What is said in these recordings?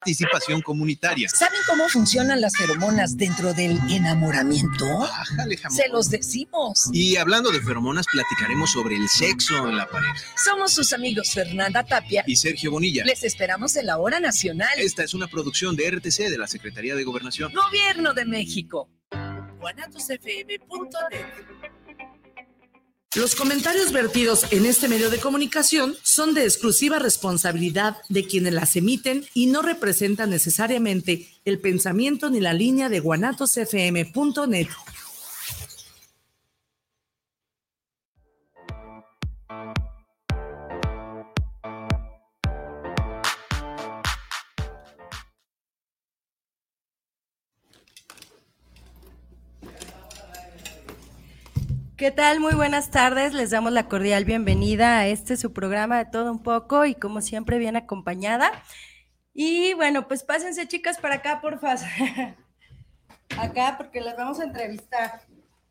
participación comunitaria. ¿Saben cómo funcionan las feromonas dentro del enamoramiento? Bájale, jamón. Se los decimos. Y hablando de feromonas, platicaremos sobre el sexo en la pareja. Somos sus amigos Fernanda Tapia y Sergio Bonilla. Les esperamos en la Hora Nacional. Esta es una producción de RTC, de la Secretaría de Gobernación. Gobierno de México. guanatosfm.net. Los comentarios vertidos en este medio de comunicación son de exclusiva responsabilidad de quienes las emiten y no representan necesariamente el pensamiento ni la línea de guanatosfm.net. ¿Qué tal? Muy buenas tardes, les damos la cordial bienvenida a su programa de todo un poco y como siempre bien acompañada. Y bueno, pues pásense chicas para acá, porfa. Acá porque las vamos a entrevistar.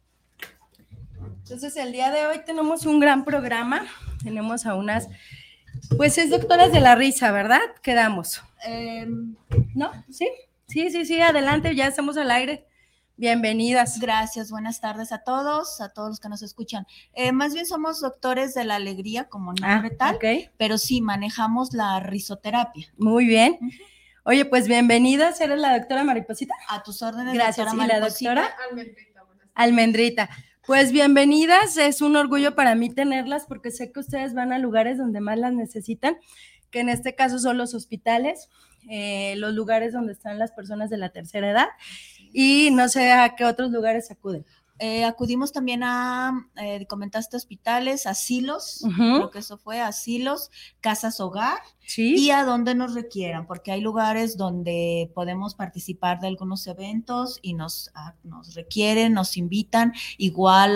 Entonces el día de hoy tenemos un gran programa, tenemos a unas, pues es doctoras de la risa, ¿verdad? Quedamos. ¿No? ¿Sí? Sí, adelante, ya estamos al aire. Bienvenidas. Gracias, buenas tardes a todos los que nos escuchan. Más bien somos doctores de la alegría como nombre tal, okay. Pero sí manejamos la risoterapia. Muy bien. Uh-huh. Oye, pues bienvenidas, ¿eres la doctora Mariposita? A tus órdenes, gracias, doctora Mariposita. ¿Y la doctora? Almendrita. Pues bienvenidas, es un orgullo para mí tenerlas porque sé que ustedes van a lugares donde más las necesitan, que en este caso son los hospitales, los lugares donde están las personas de la tercera edad. Y no sé a qué otros lugares acuden. Acudimos también a, comentaste hospitales, asilos, uh-huh. Creo que eso fue, asilos, casas hogar, sí. Y a donde nos requieran, porque hay lugares donde podemos participar de algunos eventos y nos requieren, nos invitan, igual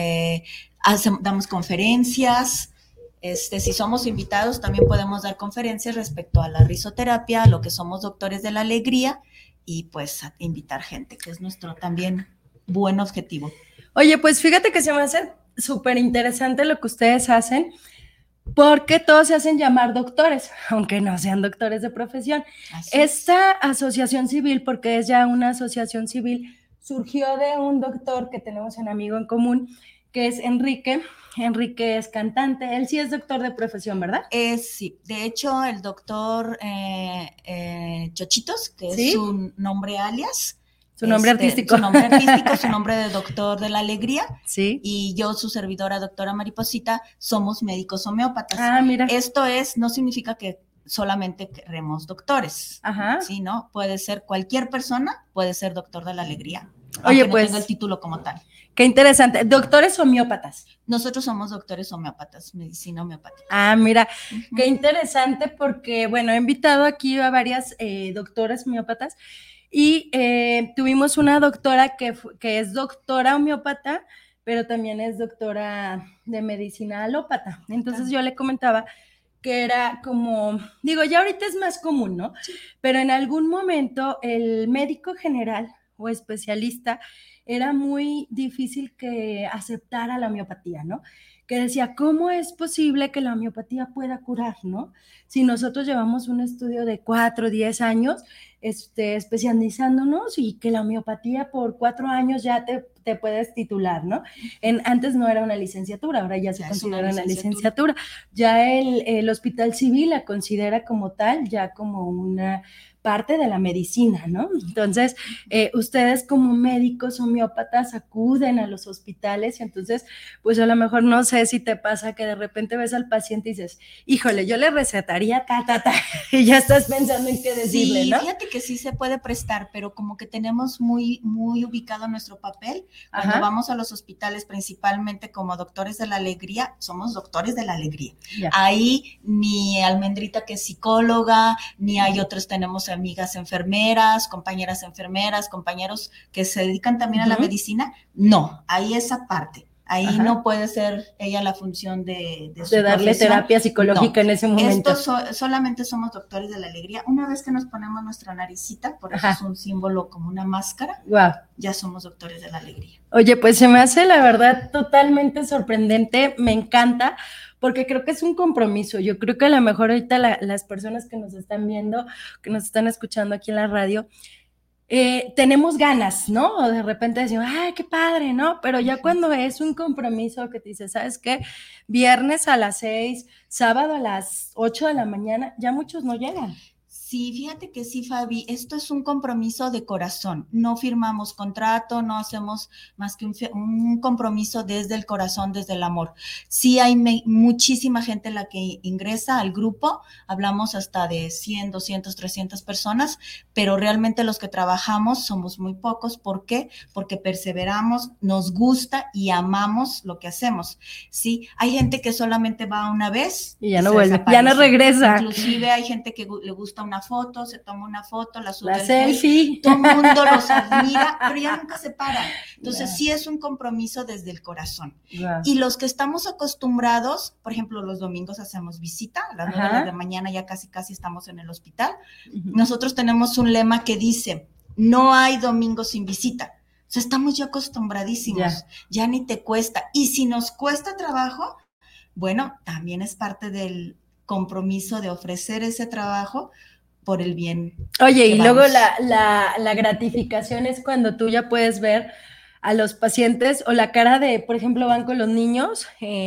damos conferencias. Si somos invitados también podemos dar conferencias respecto a la risoterapia, a lo que somos doctores de la alegría, y pues a invitar gente, que es nuestro también buen objetivo. Oye, pues fíjate que se me hace súper interesante lo que ustedes hacen, porque todos se hacen llamar doctores, aunque no sean doctores de profesión. Esta asociación civil, porque es ya una asociación civil, surgió de un doctor que tenemos un amigo en común, que es Enrique. Enrique es cantante, él sí es doctor de profesión, ¿verdad? Sí, de hecho el doctor Chochitos, que ¿sí? Es su nombre alias. Su nombre artístico. Su nombre artístico, su nombre de doctor de la alegría. Sí. Y yo, su servidora, doctora Mariposita, somos médicos homeópatas. Ah, mira. Esto no significa que solamente queremos doctores. Ajá. Sí, ¿no? Puede ser cualquier persona, puede ser doctor de la alegría. Oye, no pues. tenga el título como tal. Qué interesante. ¿Doctores homeópatas? Nosotros somos doctores homeópatas, medicina homeopática. Ah, mira, uh-huh. Qué interesante porque, bueno, he invitado aquí a varias doctoras homeópatas y tuvimos una doctora que es doctora homeópata, pero también es doctora de medicina alópata. Entonces yo le comentaba que era como, digo, ya ahorita es más común, ¿no? Sí. Pero en algún momento el médico general o especialista era muy difícil que aceptara la homeopatía, ¿no? Que decía, ¿cómo es posible que la homeopatía pueda curar, no? Si nosotros llevamos un estudio de 4 o 10 años especializándonos y que la homeopatía por 4 años ya te puedes titular, ¿no? Antes no era una licenciatura, ahora ya se considera una licenciatura. Ya el Hospital Civil la considera como tal, ya como una parte de la medicina, ¿no? Entonces, ustedes como médicos homeópatas acuden a los hospitales y entonces, pues a lo mejor no sé si te pasa que de repente ves al paciente y dices, híjole, yo le recetaría y ya estás pensando en qué decirle, sí, ¿no? Fíjate que sí se puede prestar, pero como que tenemos muy, muy ubicado nuestro papel. Cuando Ajá. vamos a los hospitales, principalmente como doctores de la alegría, somos doctores de la alegría. Ya. Ahí ni Almendrita, que es psicóloga, ni hay otros, tenemos amigas enfermeras, compañeros que se dedican también a la medicina. No, hay esa parte. Ahí Ajá. no puede ser ella la función de su darle profesión. terapia psicológica No. en ese momento. Solamente somos doctores de la alegría. Una vez que nos ponemos nuestra naricita, por eso Ajá. es un símbolo como una máscara, Wow. ya somos doctores de la alegría. Oye, pues se me hace la verdad totalmente sorprendente, me encanta, porque creo que es un compromiso. Yo creo que a lo mejor ahorita las personas que nos están viendo, que nos están escuchando aquí en la radio, tenemos ganas, ¿no? O de repente decimos, ¡ay, qué padre!, ¿no? Pero ya cuando es un compromiso que te dice, ¿sabes qué? Viernes a las 6, sábado a las 8 de la mañana, ya muchos no llegan. Sí, fíjate que sí, Fabi, esto es un compromiso de corazón. No firmamos contrato, no hacemos más que un compromiso desde el corazón, desde el amor. Sí hay muchísima gente la que ingresa al grupo, hablamos hasta de 100, 200, 300 personas, pero realmente los que trabajamos somos muy pocos. ¿Por qué? Porque perseveramos, nos gusta y amamos lo que hacemos. Sí, hay gente que solamente va una vez y ya no vuelve, ya no regresa. Inclusive hay gente que le gusta una foto, se toma una foto, la sube la selfie, todo el mundo los admira, pero ya nunca se paran. Entonces sí es un compromiso desde el corazón. Y los que estamos acostumbrados, por ejemplo, los domingos hacemos visita, a las 9 de la mañana ya casi estamos en el hospital. Nosotros tenemos un lema que dice, no hay domingo sin visita. O sea, estamos ya acostumbradísimos, ya ni te cuesta. Y si nos cuesta trabajo, bueno, también es parte del compromiso de ofrecer ese trabajo por el bien. Oye, y luego la gratificación es cuando tú ya puedes ver a los pacientes o la cara de, por ejemplo, van con los niños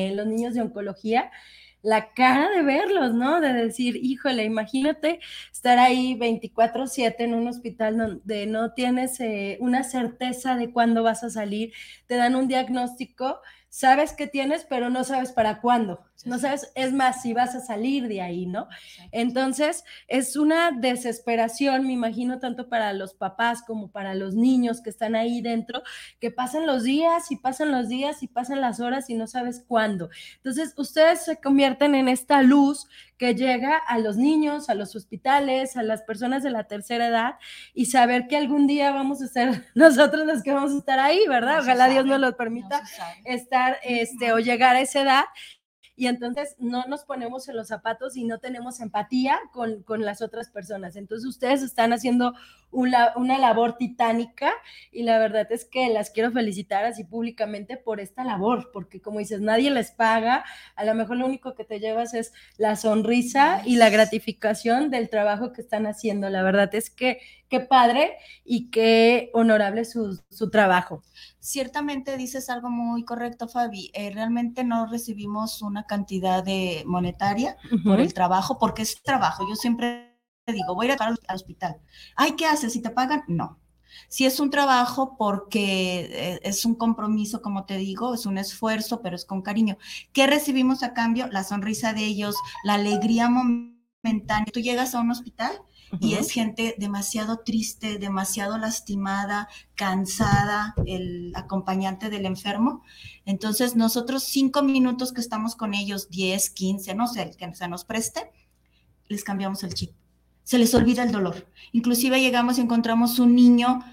de oncología, la cara de verlos, ¿no? De decir, híjole, imagínate estar ahí 24/7 en un hospital donde no tienes una certeza de cuándo vas a salir, te dan un diagnóstico, sabes que tienes, pero no sabes para cuándo, no sabes, es más, si vas a salir de ahí, ¿no? Entonces, es una desesperación, me imagino, tanto para los papás como para los niños que están ahí dentro, que pasan los días y pasan los días y pasan las horas y no sabes cuándo. Entonces, ustedes se convierten en esta luz que llega a los niños, a los hospitales, a las personas de la tercera edad, y saber que algún día vamos a ser nosotros los que vamos a estar ahí, ¿verdad? No Ojalá Dios nos lo permita, estar o llegar a esa edad. Y entonces no nos ponemos en los zapatos y no tenemos empatía con las otras personas. Entonces ustedes están haciendo una labor titánica y la verdad es que las quiero felicitar así públicamente por esta labor, porque como dices, nadie les paga, a lo mejor lo único que te llevas es la sonrisa y la gratificación del trabajo que están haciendo. La verdad es que qué padre y qué honorable su trabajo. Ciertamente dices algo muy correcto, Fabi. Realmente no recibimos una cantidad de monetaria por el trabajo, porque es trabajo. Yo siempre digo, voy a ir al hospital. Ay, ¿qué haces? ¿Si te pagan? No. Sí es un trabajo porque es un compromiso, como te digo, es un esfuerzo, pero es con cariño. ¿Qué recibimos a cambio? La sonrisa de ellos, la alegría momentánea. Tú llegas a un hospital y es gente demasiado triste, demasiado lastimada, cansada, el acompañante del enfermo. Entonces nosotros 5 minutos que estamos con ellos, 10, 15, no sé, el que se nos preste, les cambiamos el chip. Se les olvida el dolor. Inclusive llegamos y encontramos un niño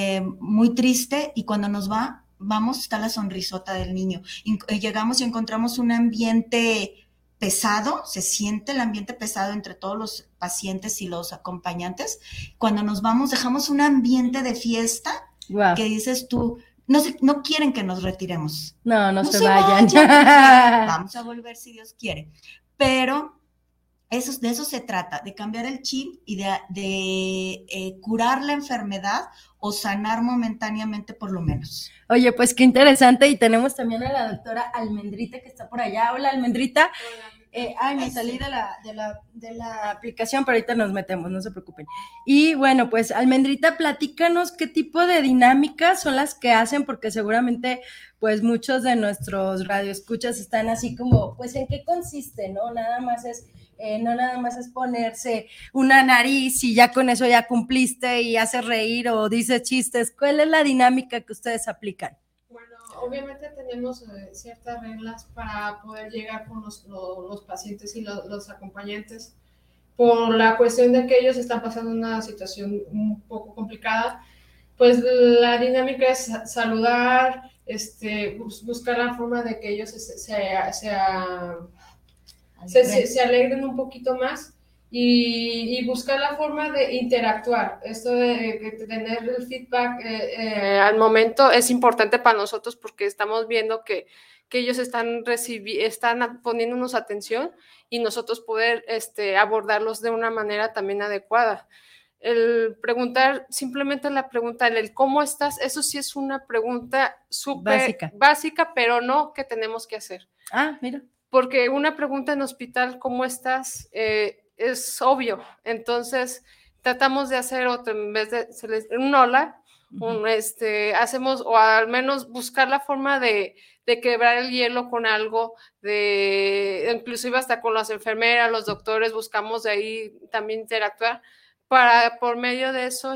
muy triste y cuando nos vamos está la sonrisota del niño. Llegamos y encontramos un ambiente pesado, se siente el ambiente pesado entre todos los pacientes y los acompañantes. Cuando nos vamos, dejamos un ambiente de fiesta que dices tú, no quieren que nos retiremos. No se vayan. Vamos a volver si Dios quiere. Pero de eso se trata, de cambiar el chip y de curar la enfermedad o sanar momentáneamente por lo menos. Oye, pues qué interesante, y tenemos también a la doctora Almendrita que está por allá. Hola, Almendrita. Me salí de la aplicación, pero ahorita nos metemos, no se preocupen. Y bueno, pues Almendrita, platícanos qué tipo de dinámicas son las que hacen, porque seguramente pues muchos de nuestros radioescuchas están así como, pues ¿en qué consiste? No nada más es ponerse una nariz y ya con eso ya cumpliste y haces reír o dices chistes. ¿Cuál es la dinámica que ustedes aplican? Bueno, obviamente tenemos ciertas reglas para poder llegar con los pacientes y los acompañantes. Por la cuestión de que ellos están pasando una situación un poco complicada, pues la dinámica es saludar, buscar la forma de que ellos se alegren un poquito más y buscar la forma de interactuar. Esto de tener el feedback al momento es importante para nosotros porque estamos viendo que ellos están poniéndonos atención y nosotros poder abordarlos de una manera también adecuada. El preguntar, simplemente la pregunta, el ¿cómo estás? Eso sí es una pregunta súper básica, pero no que tenemos que hacer. Mira. Porque una pregunta en hospital, ¿cómo estás? Es obvio. Entonces, tratamos de hacer otro, en vez de un hola, hacemos, o al menos buscar la forma de quebrar el hielo con algo, inclusive hasta con las enfermeras, los doctores, buscamos de ahí también interactuar, por medio de eso,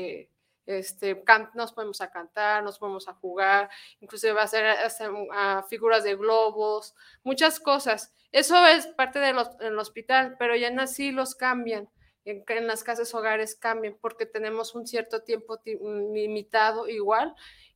nos podemos a cantar, nos podemos a jugar, inclusive va a hacer figuras de globos, muchas cosas. Eso es parte del hospital, pero ya en así los cambian. En las casas hogares cambian porque tenemos un cierto tiempo limitado igual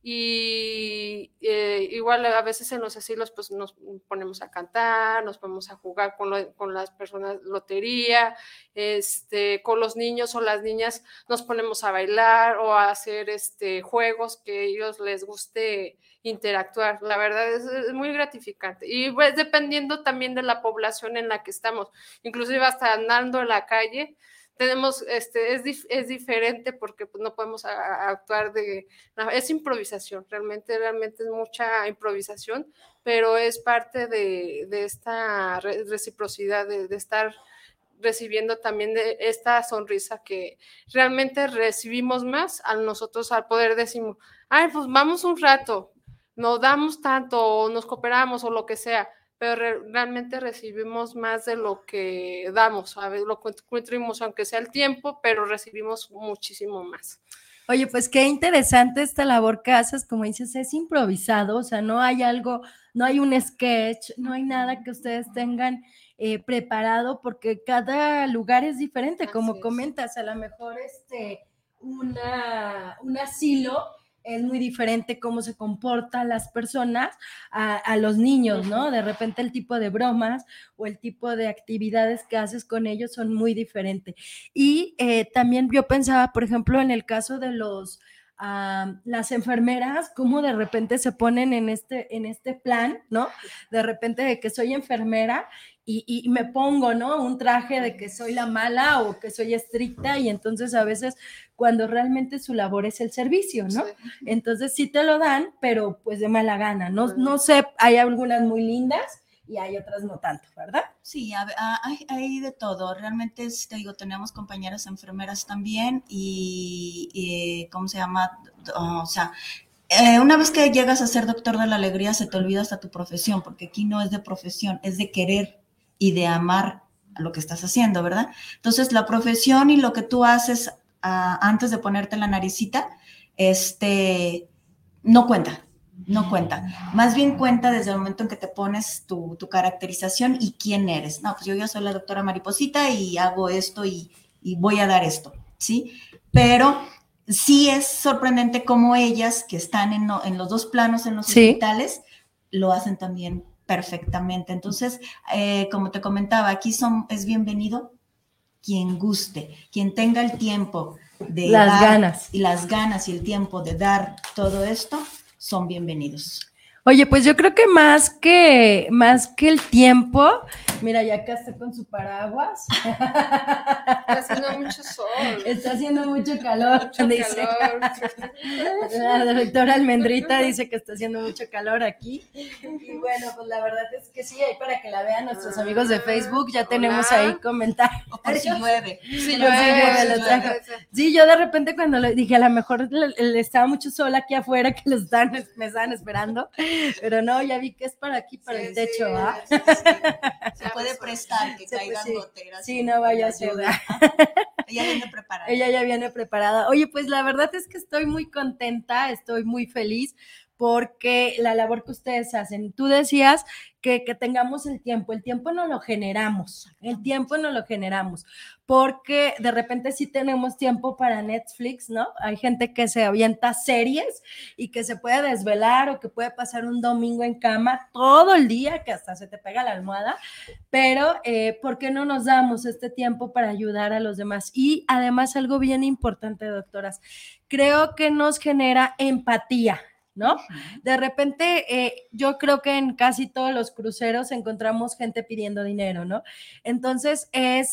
y igual a veces en los asilos pues nos ponemos a cantar, nos ponemos a jugar con las personas, lotería, con los niños o las niñas nos ponemos a bailar o a hacer juegos que a ellos les guste interactuar. La verdad es muy gratificante y pues dependiendo también de la población en la que estamos, inclusive hasta andando en la calle tenemos, es diferente porque pues, no podemos actuar es improvisación, realmente es mucha improvisación, pero es parte de esta reciprocidad, de estar recibiendo también de esta sonrisa que realmente recibimos más a nosotros al poder decimos, pues vamos un rato, no damos tanto, o nos cooperamos o lo que sea, pero realmente recibimos más de lo que damos, ¿sabes? Lo contribuimos, aunque sea el tiempo, pero recibimos muchísimo más. Oye, pues qué interesante esta labor que haces, como dices, es improvisado, o sea, no hay un sketch, no hay nada que ustedes tengan preparado, porque cada lugar es diferente, como comentas, a lo mejor un asilo es muy diferente cómo se comportan las personas a los niños, ¿no? De repente el tipo de bromas o el tipo de actividades que haces con ellos son muy diferentes. Y también yo pensaba, por ejemplo, en el caso de las enfermeras, cómo de repente se ponen en este plan, ¿no? De repente de que soy enfermera y me pongo, ¿no? Un traje de que soy la mala o que soy estricta y entonces a veces cuando realmente su labor es el servicio, ¿no? Sí. Entonces sí te lo dan, pero pues de mala gana, no sé, hay algunas muy lindas y hay otras no tanto, ¿verdad? Sí, hay de todo. Realmente, te digo, tenemos compañeras enfermeras también y ¿cómo se llama? O sea, una vez que llegas a ser doctor de la alegría, se te olvida hasta tu profesión, porque aquí no es de profesión, es de querer y de amar a lo que estás haciendo, ¿verdad? Entonces, la profesión y lo que tú haces antes de ponerte la naricita, no cuenta. No cuenta, más bien cuenta desde el momento en que te pones tu caracterización y quién eres. No, pues yo soy la doctora Mariposita y hago esto y voy a dar esto, ¿sí? Pero sí es sorprendente cómo ellas que están en los dos planos en los hospitales lo hacen también perfectamente. Entonces, como te comentaba, aquí es bienvenido quien guste, quien tenga el tiempo de las ganas y el tiempo de dar todo esto, son bienvenidos. Oye, pues yo creo que más que el tiempo, mira, ya acá está con su paraguas. Está haciendo mucho sol. Está haciendo mucho calor, mucho dice. La doctora Almendrita dice que está haciendo mucho calor aquí. Y bueno, pues la verdad es que sí, ahí para que la vean nuestros amigos de Facebook, ya tenemos ahí comentarios. O por si llueve. Sí, yo de repente cuando le dije, a lo mejor le estaba mucho sol aquí afuera, que me estaban esperando. Pero no, ya vi que es para aquí, para el techo, ¿ah? Sí. Se puede prestar que caigan goteras. Sí, no vaya a ser. Ella viene preparada. Ella ya viene preparada. Oye, pues la verdad es que estoy muy contenta, estoy muy feliz, porque la labor que ustedes hacen, tú decías que tengamos el tiempo no lo generamos, porque de repente sí tenemos tiempo para Netflix, ¿no? Hay gente que se avienta series y que se puede desvelar o que puede pasar un domingo en cama todo el día, que hasta se te pega la almohada, pero ¿por qué no nos damos este tiempo para ayudar a los demás? Y además algo bien importante, doctoras, creo que nos genera empatía, ¿no? De repente, yo creo que en casi todos los cruceros encontramos gente pidiendo dinero, ¿no? Entonces,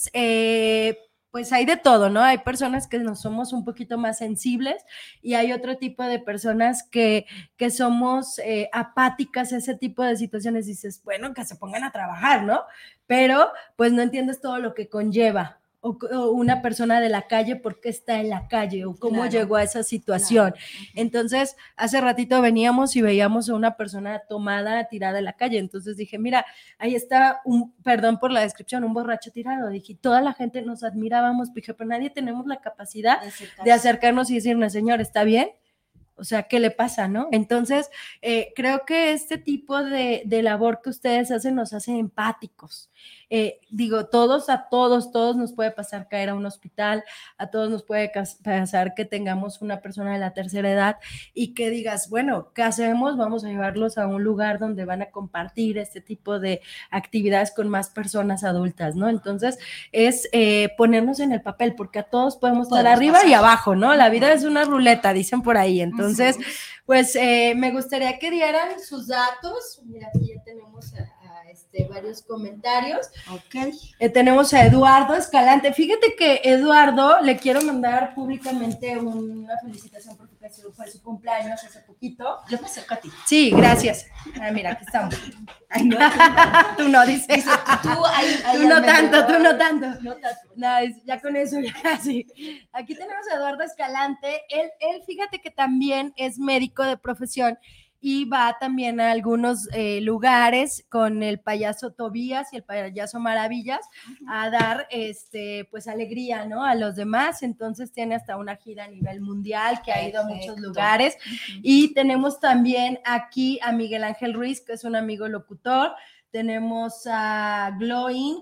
pues hay de todo, ¿no? Hay personas que nos somos un poquito más sensibles y hay otro tipo de personas que somos apáticas a ese tipo de situaciones. Dices, bueno, que se pongan a trabajar, ¿no? Pero, pues no entiendes todo lo que conlleva. O una persona de la calle, ¿por qué está en la calle? O cómo llegó a esa situación. Entonces, hace ratito veníamos y veíamos a una persona tomada, tirada en la calle. Entonces dije, mira, ahí está perdón por la descripción, un borracho tirado. Dije, toda la gente nos admirábamos, dije, pero nadie tenemos la capacidad de acercarnos y decirnos, señor, ¿está bien? O sea, ¿qué le pasa, no? Entonces, creo que este tipo de labor que ustedes hacen nos hace empáticos. Digo, a todos nos puede pasar caer a un hospital, a todos nos puede pasar que tengamos una persona de la tercera edad y que digas, bueno, ¿qué hacemos? Vamos a llevarlos a un lugar donde van a compartir este tipo de actividades con más personas adultas, ¿no? Entonces, es ponernos en el papel, porque a todos podemos estar arriba y abajo, ¿no? La vida es una ruleta, dicen por ahí. Entonces, pues me gustaría que dieran sus datos. Mira, aquí ya tenemos varios comentarios. Ok. Tenemos a Eduardo Escalante. Fíjate que Eduardo, le quiero mandar públicamente una felicitación porque fue su cumpleaños hace poquito. Yo me acerco a ti. Sí, gracias. Ah, mira, aquí estamos. Ay, no, tú no, dice. Tú no tanto. No, ya con eso ya casi. Aquí tenemos a Eduardo Escalante. Él, fíjate que también es médico de profesión y va también a algunos lugares con el payaso Tobías y el payaso Maravillas a dar pues alegría, ¿no? A los demás. Entonces tiene hasta una gira a nivel mundial que ha ido a muchos lugares. Y tenemos también aquí a Miguel Ángel Ruiz, que es un amigo locutor. Tenemos a Glow Inc.,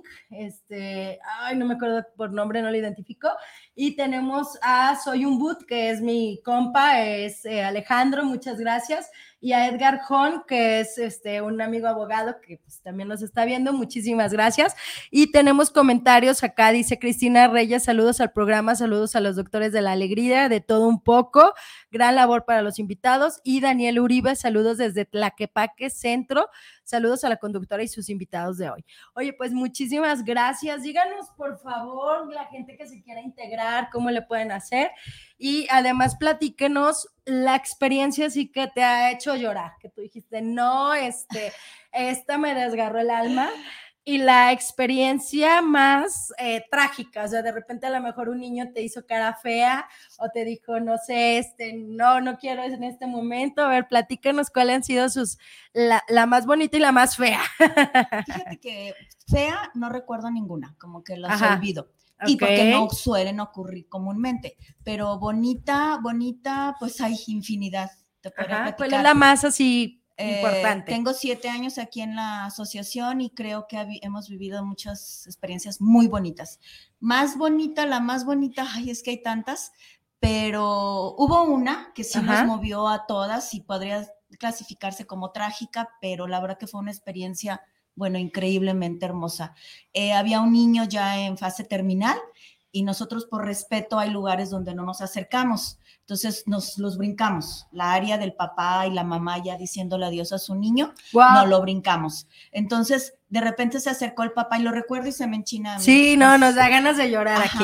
no me acuerdo por nombre, no lo identifico, y tenemos a Soy un Boot, que es mi compa, es Alejandro, muchas gracias, y a Edgar Jón, que es un amigo abogado que pues, también nos está viendo, muchísimas gracias. Y tenemos comentarios acá, dice Cristina Reyes, saludos al programa, saludos a los doctores de la alegría, de todo un poco, gran labor para los invitados. Y Daniel Uribe, saludos desde Tlaquepaque Centro, saludos a la conductora y sus invitados de hoy. Oye, pues muchísimas gracias, díganos por favor, la gente que se quiera integrar, cómo le pueden hacer, y además platíquenos la experiencia sí que te ha hecho llorar, que tú dijiste, no, esta me desgarró el alma, y la experiencia más trágica, o sea, de repente a lo mejor un niño te hizo cara fea, o te dijo, no sé, no quiero en este momento. A ver, platícanos cuáles han sido la más bonita y la más fea. Fíjate que fea no recuerdo ninguna, como que las olvido. Okay. Y porque no suelen ocurrir comúnmente, pero bonita, pues hay infinidad. Te podría platicar. ¿Cuál es la más así importante? Tengo 7 años aquí en la asociación y creo que hemos vivido muchas experiencias muy bonitas. La más bonita, ay, es que hay tantas, pero hubo una que sí nos movió a todas y podría clasificarse como trágica, pero la verdad que fue una experiencia, bueno, increíblemente hermosa. Había un niño ya en fase terminal y nosotros por respeto hay lugares donde no nos acercamos, entonces los brincamos, la área del papá y la mamá ya diciéndole adiós a su niño, no lo brincamos. Entonces de repente se acercó el papá y lo recuerdo y se me enchina. Sí, no, nos da ganas de llorar aquí.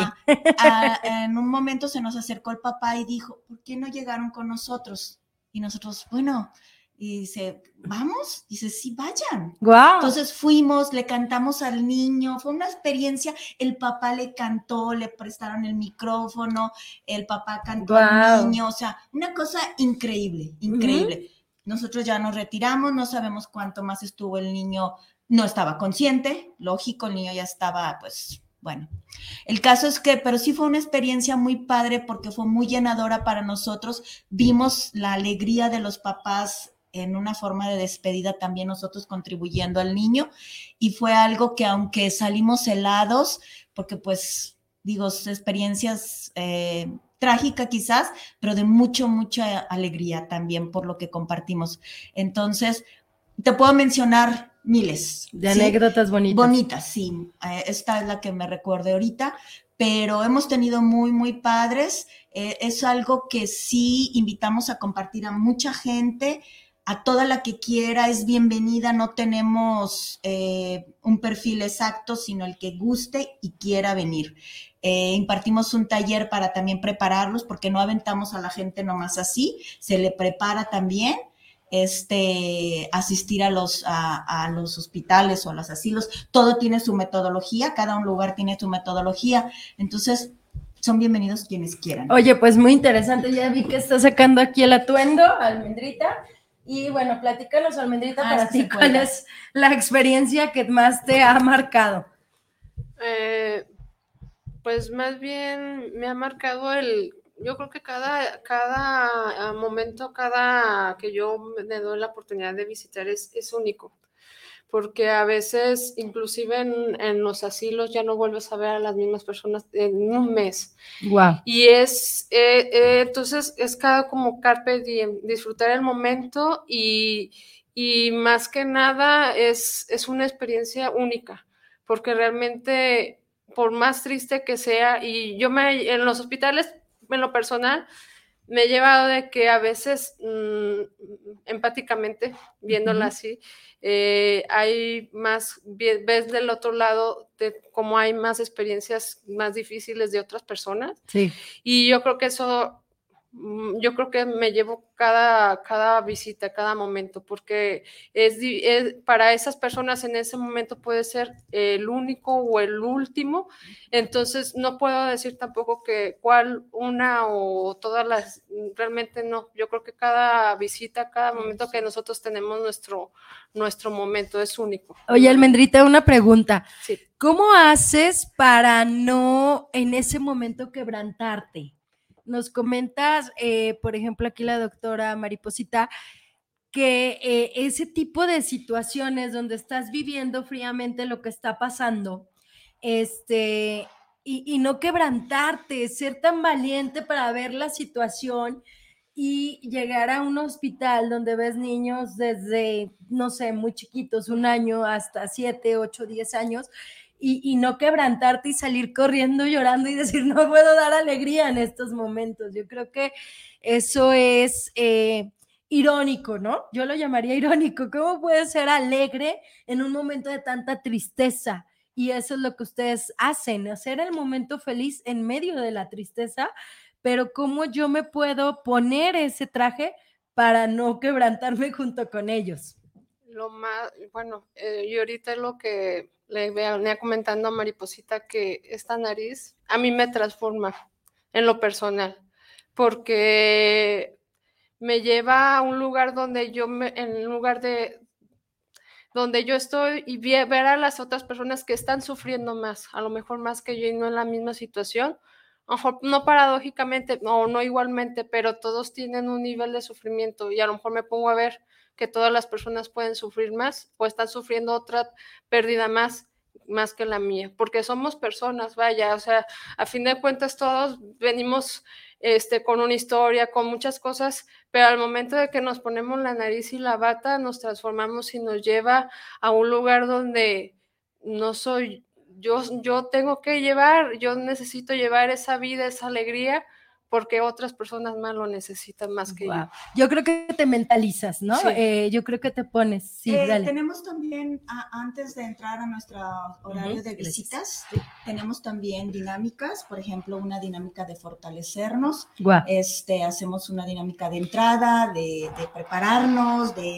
En un momento se nos acercó el papá y dijo, ¿por qué no llegaron con nosotros? Y nosotros, bueno, y dice, ¿vamos? Dice, sí, vayan. Wow. Entonces fuimos, le cantamos al niño, fue una experiencia, el papá le cantó, le prestaron el micrófono, el papá cantó al niño, o sea, una cosa increíble. Nosotros ya nos retiramos, no sabemos cuánto más estuvo el niño, no estaba consciente, lógico, el niño ya estaba, pues, Bueno, el caso es que, pero sí fue una experiencia muy padre porque fue muy llenadora para nosotros. Vimos la alegría de los papás en una forma de despedida, también nosotros contribuyendo al niño, y fue algo que aunque salimos helados, porque pues digo, experiencias trágicas quizás, pero de mucha alegría también por lo que compartimos. Entonces, te puedo mencionar miles. De anécdotas bonitas. Bonitas, sí. Esta es la que me recuerdo ahorita, pero hemos tenido muy padres. Es algo que sí invitamos a compartir a mucha gente, a toda la que quiera, es bienvenida. No tenemos un perfil exacto, sino el que guste y quiera venir. Impartimos un taller para también prepararlos, porque no aventamos a la gente nomás así, se le prepara también. Asistir a los hospitales o a los asilos, todo tiene su metodología, cada un lugar tiene su metodología, entonces son bienvenidos quienes quieran. Oye, pues muy interesante, ya vi que está sacando aquí el atuendo, Almendrita, y bueno, platícanos, Almendrita, para ti, ¿cuál es la experiencia que más te ha marcado? Pues más bien me ha marcado yo creo que cada momento, cada que yo me doy la oportunidad de visitar es único, porque a veces, inclusive en los asilos, ya no vuelves a ver a las mismas personas en un mes. Wow. Y entonces es cada como carpe diem, disfrutar el momento y más que nada es una experiencia única, porque realmente, por más triste que sea, y en los hospitales, en lo personal, me he llevado de que a veces, empáticamente, viéndola así, hay más, ves del otro lado de cómo hay más experiencias más difíciles de otras personas. Sí. Y yo creo que yo creo que me llevo cada visita, cada momento, porque para esas personas en ese momento puede ser el único o el último. Entonces no puedo decir tampoco que cuál una o todas las, realmente no. Yo creo que cada visita, cada momento que nosotros tenemos nuestro momento es único. Oye, Almendrita, una pregunta. Sí. ¿Cómo haces para no en ese momento quebrantarte? Nos comentas, por ejemplo, aquí la doctora Mariposita, que ese tipo de situaciones donde estás viviendo fríamente lo que está pasando, y no quebrantarte, ser tan valiente para ver la situación y llegar a un hospital donde ves niños desde, no sé, muy chiquitos, 1 año hasta 7, 8, 10 años, y no quebrantarte y salir corriendo, llorando y decir, no puedo dar alegría en estos momentos. Yo creo que eso es irónico, ¿no? Yo lo llamaría irónico. ¿Cómo puedes ser alegre en un momento de tanta tristeza? Y eso es lo que ustedes hacen, hacer el momento feliz en medio de la tristeza, pero ¿cómo yo me puedo poner ese traje para no quebrantarme junto con ellos? Lo más, bueno, yo ahorita es lo que le venía comentando a Mariposita, que esta nariz a mí me transforma en lo personal, porque me lleva a un lugar donde en lugar de donde yo estoy y ver a las otras personas que están sufriendo más, a lo mejor más que yo y no en la misma situación, a lo mejor no paradójicamente, no igualmente, pero todos tienen un nivel de sufrimiento y a lo mejor me pongo a ver que todas las personas pueden sufrir más o están sufriendo otra pérdida más que la mía, porque somos personas, vaya, o sea, a fin de cuentas todos venimos con una historia, con muchas cosas, pero al momento de que nos ponemos la nariz y la bata, nos transformamos y nos lleva a un lugar donde no soy yo tengo que yo necesito llevar esa vida, esa alegría, porque otras personas más lo necesitan más que yo. Yo creo que te mentalizas, ¿no? Sí. Yo creo que te pones. Sí, dale. Tenemos también, antes de entrar a nuestro horario de visitas, tenemos también dinámicas, por ejemplo, una dinámica de fortalecernos. Wow. Hacemos una dinámica de entrada, de prepararnos, de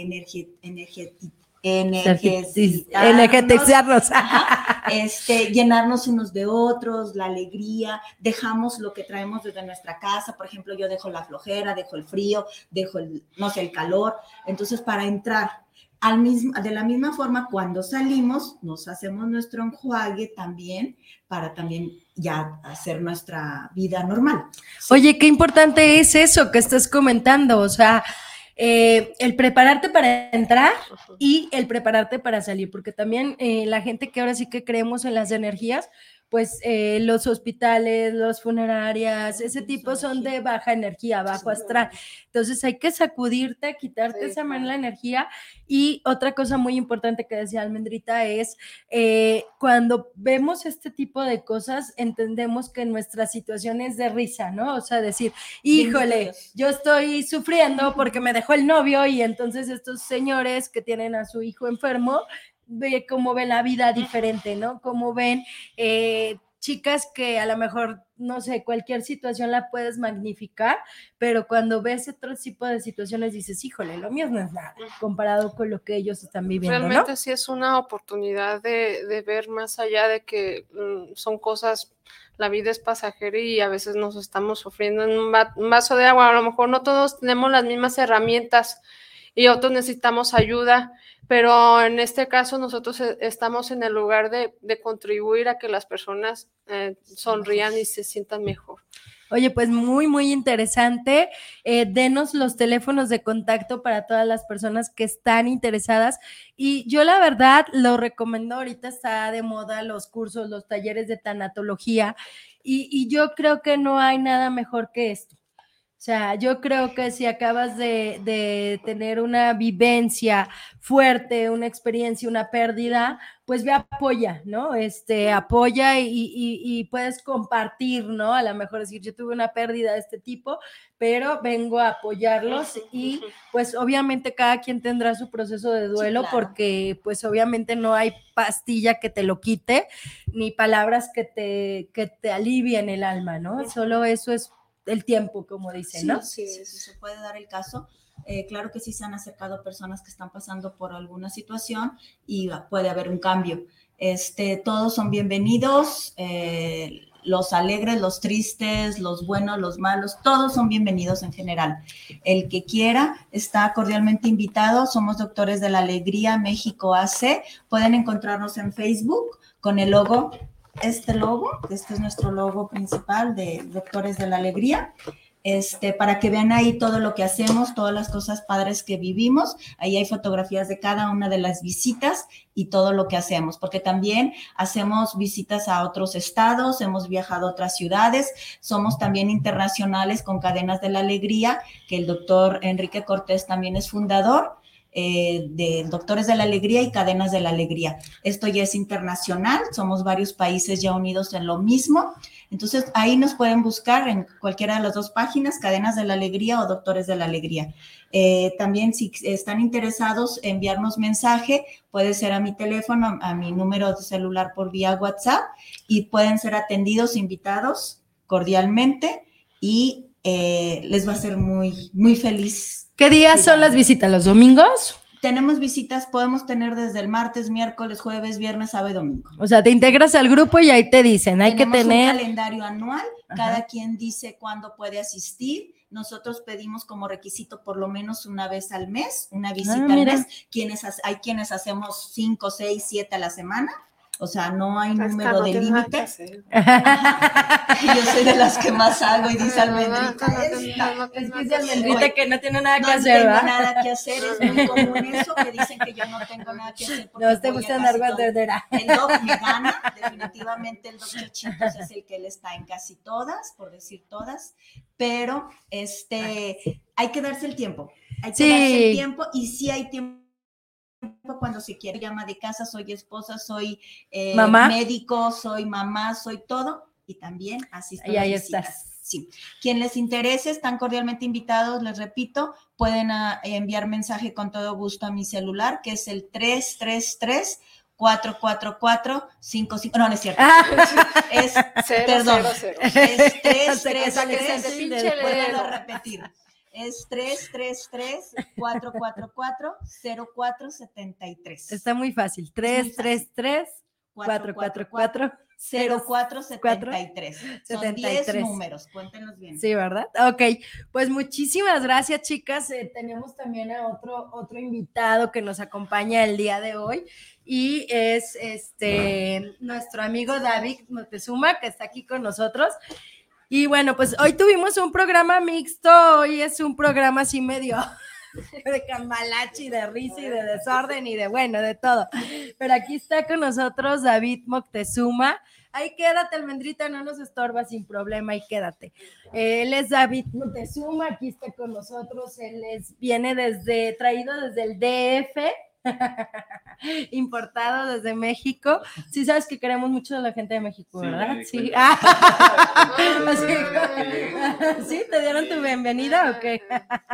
energetizarnos. Llenarnos unos de otros, la alegría, dejamos lo que traemos desde nuestra casa. Por ejemplo, yo dejo la flojera, dejo el frío, dejo el calor. Entonces, para entrar de la misma forma, cuando salimos, nos hacemos nuestro enjuague también para también ya hacer nuestra vida normal. ¿Sí? Oye, qué importante es eso que estás comentando, o sea, el prepararte para entrar y el prepararte para salir, porque también la gente que ahora sí que creemos en las energías, pues los hospitales, las funerarias, ese tipo son de baja energía, bajo astral. Entonces hay que sacudirte, quitarte esa mala energía. Y otra cosa muy importante que decía Almendrita es cuando vemos este tipo de cosas, entendemos que nuestra situación es de risa, ¿no? O sea, decir, híjole, yo estoy sufriendo porque me dejó el novio y entonces estos señores que tienen a su hijo enfermo, ve cómo ven la vida diferente, ¿no? Cómo ven chicas que a lo mejor, no sé, cualquier situación la puedes magnificar, pero cuando ves otro tipo de situaciones dices, híjole, lo mío no es nada, comparado con lo que ellos están viviendo, realmente, ¿no? Sí es una oportunidad de ver más allá de que son cosas, la vida es pasajera y a veces nos estamos sufriendo en un vaso de agua, a lo mejor no todos tenemos las mismas herramientas y otros necesitamos ayuda, pero en este caso nosotros estamos en el lugar de contribuir a que las personas sonrían y se sientan mejor. Oye, pues muy, muy interesante. Denos los teléfonos de contacto para todas las personas que están interesadas. Y yo la verdad lo recomiendo, ahorita está de moda los cursos, los talleres de tanatología y yo creo que no hay nada mejor que esto. O sea, yo creo que si acabas de tener una vivencia fuerte, una experiencia, una pérdida, pues ve, apoya, ¿no? Apoya y puedes compartir, ¿no? A lo mejor decir, yo tuve una pérdida de este tipo, pero vengo a apoyarlos y pues obviamente cada quien tendrá su proceso de duelo, sí, claro, porque pues obviamente no hay pastilla que te lo quite, ni palabras que te alivien el alma, ¿no? Solo eso es el tiempo, como dicen, sí, ¿no? Sí, se puede dar el caso. Claro que sí se han acercado personas que están pasando por alguna situación y puede haber un cambio. Todos son bienvenidos, los alegres, los tristes, los buenos, los malos, todos son bienvenidos en general. El que quiera está cordialmente invitado. Somos Doctores de la Alegría México AC. Pueden encontrarnos en Facebook con el logo. Este es nuestro logo principal de Doctores de la Alegría, para que vean ahí todo lo que hacemos, todas las cosas padres que vivimos. Ahí hay fotografías de cada una de las visitas y todo lo que hacemos, porque también hacemos visitas a otros estados, hemos viajado a otras ciudades, somos también internacionales con Cadenas de la Alegría, que el doctor Enrique Cortés también es fundador, de Doctores de la Alegría y Cadenas de la Alegría. Esto ya es internacional, somos varios países ya unidos en lo mismo. Entonces, ahí nos pueden buscar en cualquiera de las dos páginas, Cadenas de la Alegría o Doctores de la Alegría. También, si están interesados en enviarnos mensaje, puede ser a mi teléfono, a mi número de celular por vía WhatsApp, y pueden ser atendidos, invitados cordialmente, y les va a ser muy, muy feliz. ¿Qué días son las visitas? ¿Los domingos? Tenemos visitas, podemos tener desde el martes, miércoles, jueves, viernes, sábado y domingo. O sea, te integras al grupo y ahí te dicen, hay que tener... Tenemos un calendario anual, cada quien dice cuándo puede asistir. Nosotros pedimos como requisito por lo menos una vez al mes, una visita al mes. Hay quienes hacemos 5, 6, 7 a la semana. O sea, no hay número de límite. Yo soy de las que más hago y dice Almendrita. Es que dice Almendrita que no tiene nada que hacer, ¿verdad? No tengo nada que hacer, es muy común eso, que dicen que yo no tengo nada que hacer. No te gusta andar guardadera. El doc me gana, definitivamente el doc Chachitos es el que él está en casi todas, por decir todas, pero hay que darse el tiempo. Hay que darse el tiempo y sí hay tiempo cuando se quiere. Llama de casa, soy esposa, soy médico, soy mamá, soy todo, y también asisto a las visitas. Estás. Sí. Quien les interese, están cordialmente invitados, les repito, pueden enviar mensaje con todo gusto a mi celular, que es el 333-444-55. No, no es cierto. Es 333. Puedo repetir. Es 333-444-0473. Está muy fácil. 333-444. 0473. Son 10 73. números, cuéntenos bien. Sí, ¿verdad? Ok, pues muchísimas gracias, chicas. Tenemos también a otro invitado que nos acompaña el día de hoy y es nuestro amigo David Moctezuma, que está aquí con nosotros. Y bueno, pues hoy tuvimos un programa mixto, hoy es un programa así medio de cambalache, de risa y de desorden y de todo. Pero aquí está con nosotros David Moctezuma. Ahí quédate, Almendrita, no nos estorba sin problema, ahí quédate. Él es David Moctezuma, aquí está con nosotros, viene traído desde el DF, importado desde México. Sí sabes que queremos mucho a la gente de México, ¿verdad? Sí. ¿Sí? ¿Te dieron tu bienvenida o qué?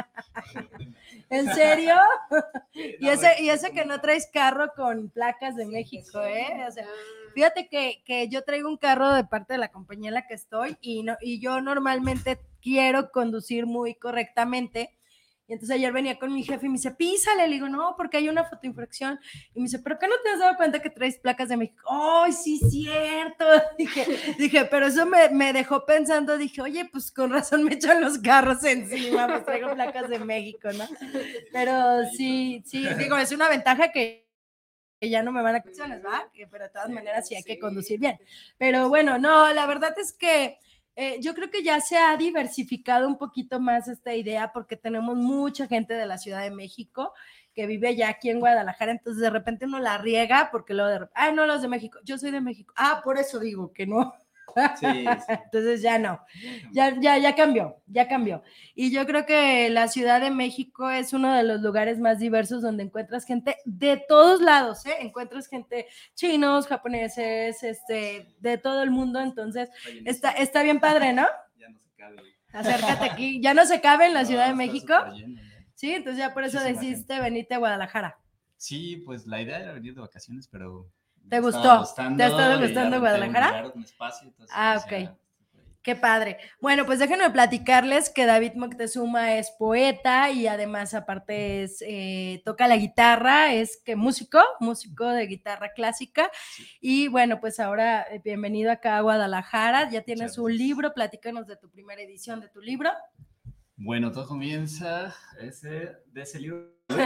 ¿En serio? Y ese que no traes carro con placas de México, ¿eh? O sea, fíjate que yo traigo un carro de parte de la compañía en la que estoy y yo normalmente quiero conducir muy correctamente. Y entonces ayer venía con mi jefe y me dice, písale. Le digo, no, porque hay una fotoinfracción. Y me dice, ¿pero qué no te has dado cuenta que traes placas de México? ¡Ay, sí, cierto! Dije, pero eso me dejó pensando. Dije, oye, pues con razón me echan los carros encima, pues traigo placas de México, ¿no? Pero sí, digo, es una ventaja que ya no me van a acciones, ¿va? Pero de todas maneras sí hay que conducir bien. Pero bueno, no, la verdad es que yo creo que ya se ha diversificado un poquito más esta idea porque tenemos mucha gente de la Ciudad de México que vive ya aquí en Guadalajara, entonces de repente uno la riega porque luego de repente, no, los de México, yo soy de México, por eso digo que no. Sí. Entonces ya no, ya cambió. Y yo creo que la Ciudad de México es uno de los lugares más diversos donde encuentras gente de todos lados, encuentras gente chinos, japoneses, de todo el mundo, entonces está bien padre, ¿no? Ya no se cabe. Acércate aquí, ya no se cabe en la Ciudad de México. Sí, entonces ya por eso decidiste venirte a Guadalajara. Sí, pues la idea era venir de vacaciones, pero ¿te gustó? ¿Te ha estado gustando Guadalajara? Un espacio, entonces, ok. Qué padre. Bueno, pues déjenme platicarles que David Moctezuma es poeta y además aparte toca la guitarra, es músico de guitarra clásica. Sí. Y bueno, pues ahora bienvenido acá a Guadalajara. Ya tienes un libro, platícanos de tu primera edición de tu libro. Bueno, todo comienza de ese libro.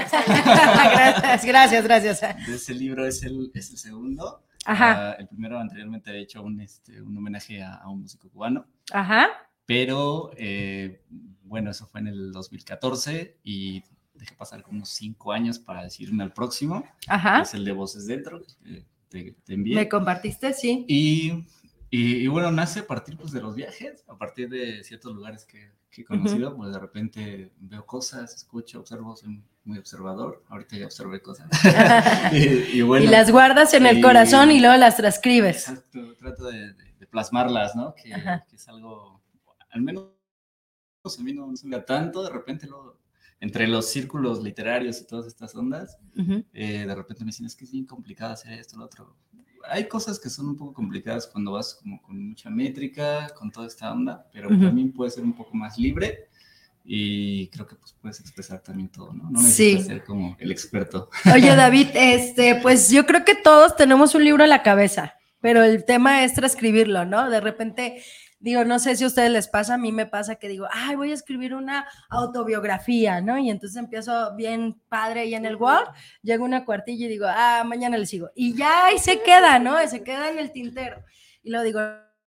Gracias. De ese libro es el segundo. Ajá. El primero anteriormente había hecho un homenaje a un músico cubano. Ajá. Pero, bueno, eso fue en el 2014 y dejé pasar como unos 5 años para decidirme al próximo. Ajá. Es el de Voces Dentro, te envié. Me compartiste, sí. Y bueno, nace a partir pues, de los viajes, a partir de ciertos lugares que he conocido, pues de repente veo cosas, escucho, observo, soy muy observador, ahorita ya observé cosas. y bueno, y las guardas en el corazón y luego las transcribes. Exacto, trato de plasmarlas, ¿no? Que es algo, al menos a mí no se me da tanto, de repente luego, entre los círculos literarios y todas estas ondas, de repente me dicen, es que es bien complicado hacer esto, lo otro. Hay cosas que son un poco complicadas cuando vas como con mucha métrica, con toda esta onda, pero también puede ser un poco más libre y creo que pues puedes expresar también todo, ¿no? No necesitas ser como el experto. Oye, David, pues yo creo que todos tenemos un libro en la cabeza, pero el tema es transcribirlo, ¿no? De repente, digo, no sé si a ustedes les pasa, a mí me pasa que digo, voy a escribir una autobiografía, ¿no? Y entonces empiezo bien padre ahí en el Word, llego una cuartilla y digo, mañana le sigo. Y ya ahí se queda, ¿no? Se queda en el tintero. Y luego digo,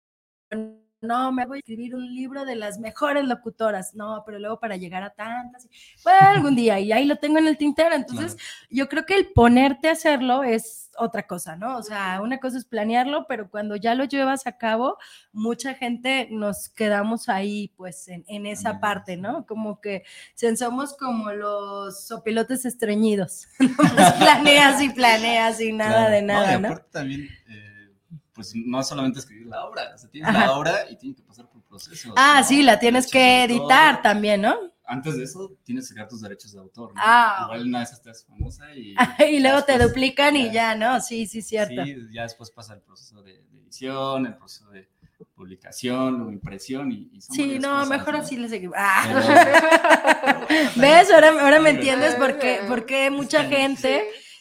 no, me voy a escribir un libro de las mejores locutoras. No, pero luego para llegar a tantas, bueno, algún día, y ahí lo tengo en el tintero. Entonces, yo creo que el ponerte a hacerlo es otra cosa, ¿no? O sea, una cosa es planearlo, pero cuando ya lo llevas a cabo, mucha gente nos quedamos ahí, pues, en esa parte, ¿no? Como que somos como los sopilotes estreñidos. Pues planeas y nada de nada, ¿no? También pues no solamente escribir la obra, o sea, tienes la obra y tienes que pasar por procesos. Sí, la tienes que editar también, ¿no? Antes de eso, tienes que sacar tus derechos de autor, ¿no? Igual una vez estás famosa y luego te duplican y ya, ¿no? Sí, cierto. Sí, ya después pasa el proceso de edición, el proceso de publicación, luego impresión y son cosas, mejor ¿no? así le seguimos. ¿Ves? Ahora me entiendes por qué mucha gente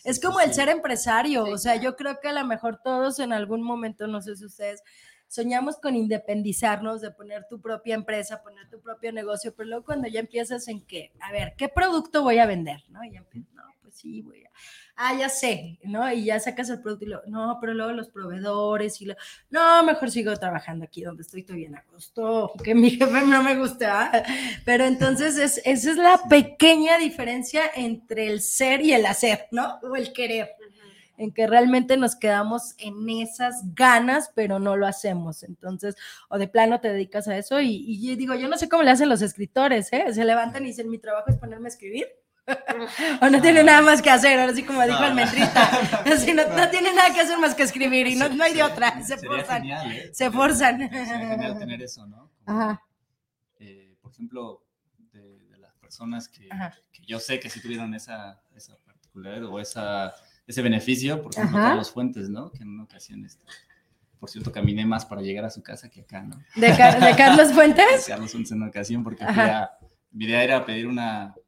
Es como el ser empresario, Sí, o sea, claro. yo creo que a lo mejor todos en algún momento, no sé si ustedes, soñamos con independizarnos, de poner tu propia empresa, poner tu propio negocio, pero luego cuando ya empiezas en que, a ver, ¿qué producto voy a vender? ¿No? Y ya empiezas, no, pues sí, voy a... ya sé, ¿no? Y ya sacas el producto y luego, no, pero luego los proveedores y no, mejor sigo trabajando aquí donde estoy bien a gusto, que mi jefe no me gusta, pero entonces esa es la pequeña diferencia entre el ser y el hacer, ¿no? O el querer, en que realmente nos quedamos en esas ganas, pero no lo hacemos. Entonces, o de plano te dedicas a eso y digo, yo no sé cómo le hacen los escritores, ¿eh? Se levantan y dicen, mi trabajo es ponerme a escribir. O no tiene nada más que hacer, ahora sí como dijo Almendrita, así no tiene nada que hacer más que escribir y no hay de otra, se forzan, genial, ¿eh? se forzan. Sería genial tener eso, ¿no? Ajá. Por ejemplo, de las personas que Ajá. yo sé que sí tuvieron esa particularidad o ese beneficio, por ejemplo, Ajá. Carlos Fuentes, ¿no? Que en una ocasión, por cierto, caminé más para llegar a su casa que acá, ¿no? ¿De Carlos Fuentes? Carlos Fuentes en una ocasión, porque mi idea era pedir un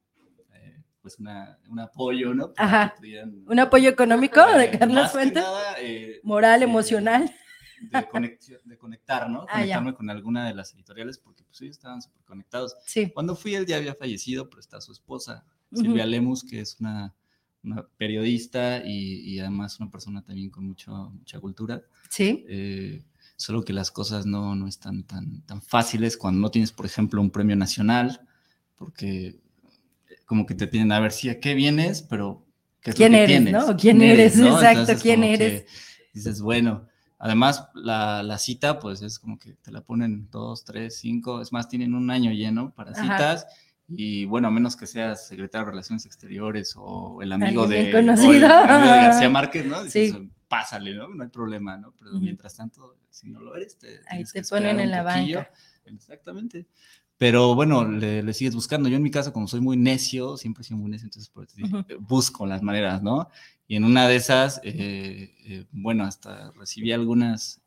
apoyo, ¿no? Para Ajá. que pudieran, ¿Un apoyo económico de Carlos más que Fuentes? nada, Moral, emocional. de conectar, ¿no? Ya. Conectarme con alguna de las editoriales, porque pues ellos estaban súper conectados. Sí. Cuando fui, él ya había fallecido, pero está su esposa, Silvia Lemus, que es una periodista y además una persona también con mucha cultura. Sí. Solo que las cosas no están tan fáciles cuando no tienes, por ejemplo, un premio nacional, porque como que te piden a ver si a qué vienes, pero ¿qué es ¿Quién lo que eres, tienes? no? ¿Quién eres? ¿no? Exacto, Entonces, ¿quién como eres? que dices, bueno, además la cita, pues es como que te la ponen 2, 3, 5, es más, tienen un año lleno para citas. Y bueno, a menos que seas secretario de Relaciones Exteriores o el amigo de García Márquez, ¿no? Dices, Sí. Pásale, ¿no? No hay problema, ¿no? Pero mientras tanto, si no lo eres, ahí te que ponen en la poquillo. banca. Exactamente. Pero bueno, le sigues buscando. Yo en mi caso, como soy muy necio, siempre he sido muy necio, entonces pues, busco las maneras, ¿no? Y en una de esas, bueno, hasta recibí algunos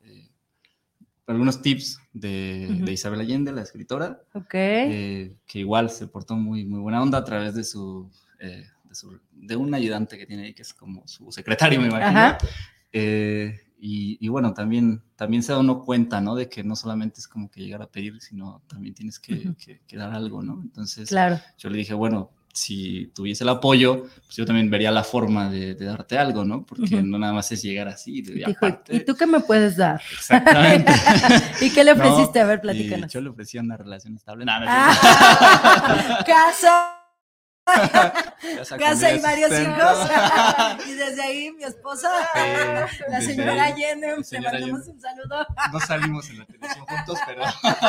tips de Isabel Allende, la escritora, que igual se portó muy, muy buena onda a través de un ayudante que tiene ahí, que es como su secretario, me imagino. Y bueno, también se da uno cuenta, ¿no? De que no solamente es como que llegar a pedir, sino también tienes que dar algo, ¿no? Entonces, yo le dije, bueno, si tuviese el apoyo, pues yo también vería la forma de darte algo, ¿no? Porque no nada más es llegar así. Aparte, ¿y tú qué me puedes dar? Exactamente. ¿Y qué le ofreciste? A ver, platícanos. Yo le ofrecía una relación estable. Casa y varios sustento. hijos. Y desde ahí mi esposa, la señora Allende, le mandamos un saludo. No salimos en la televisión juntos, pero...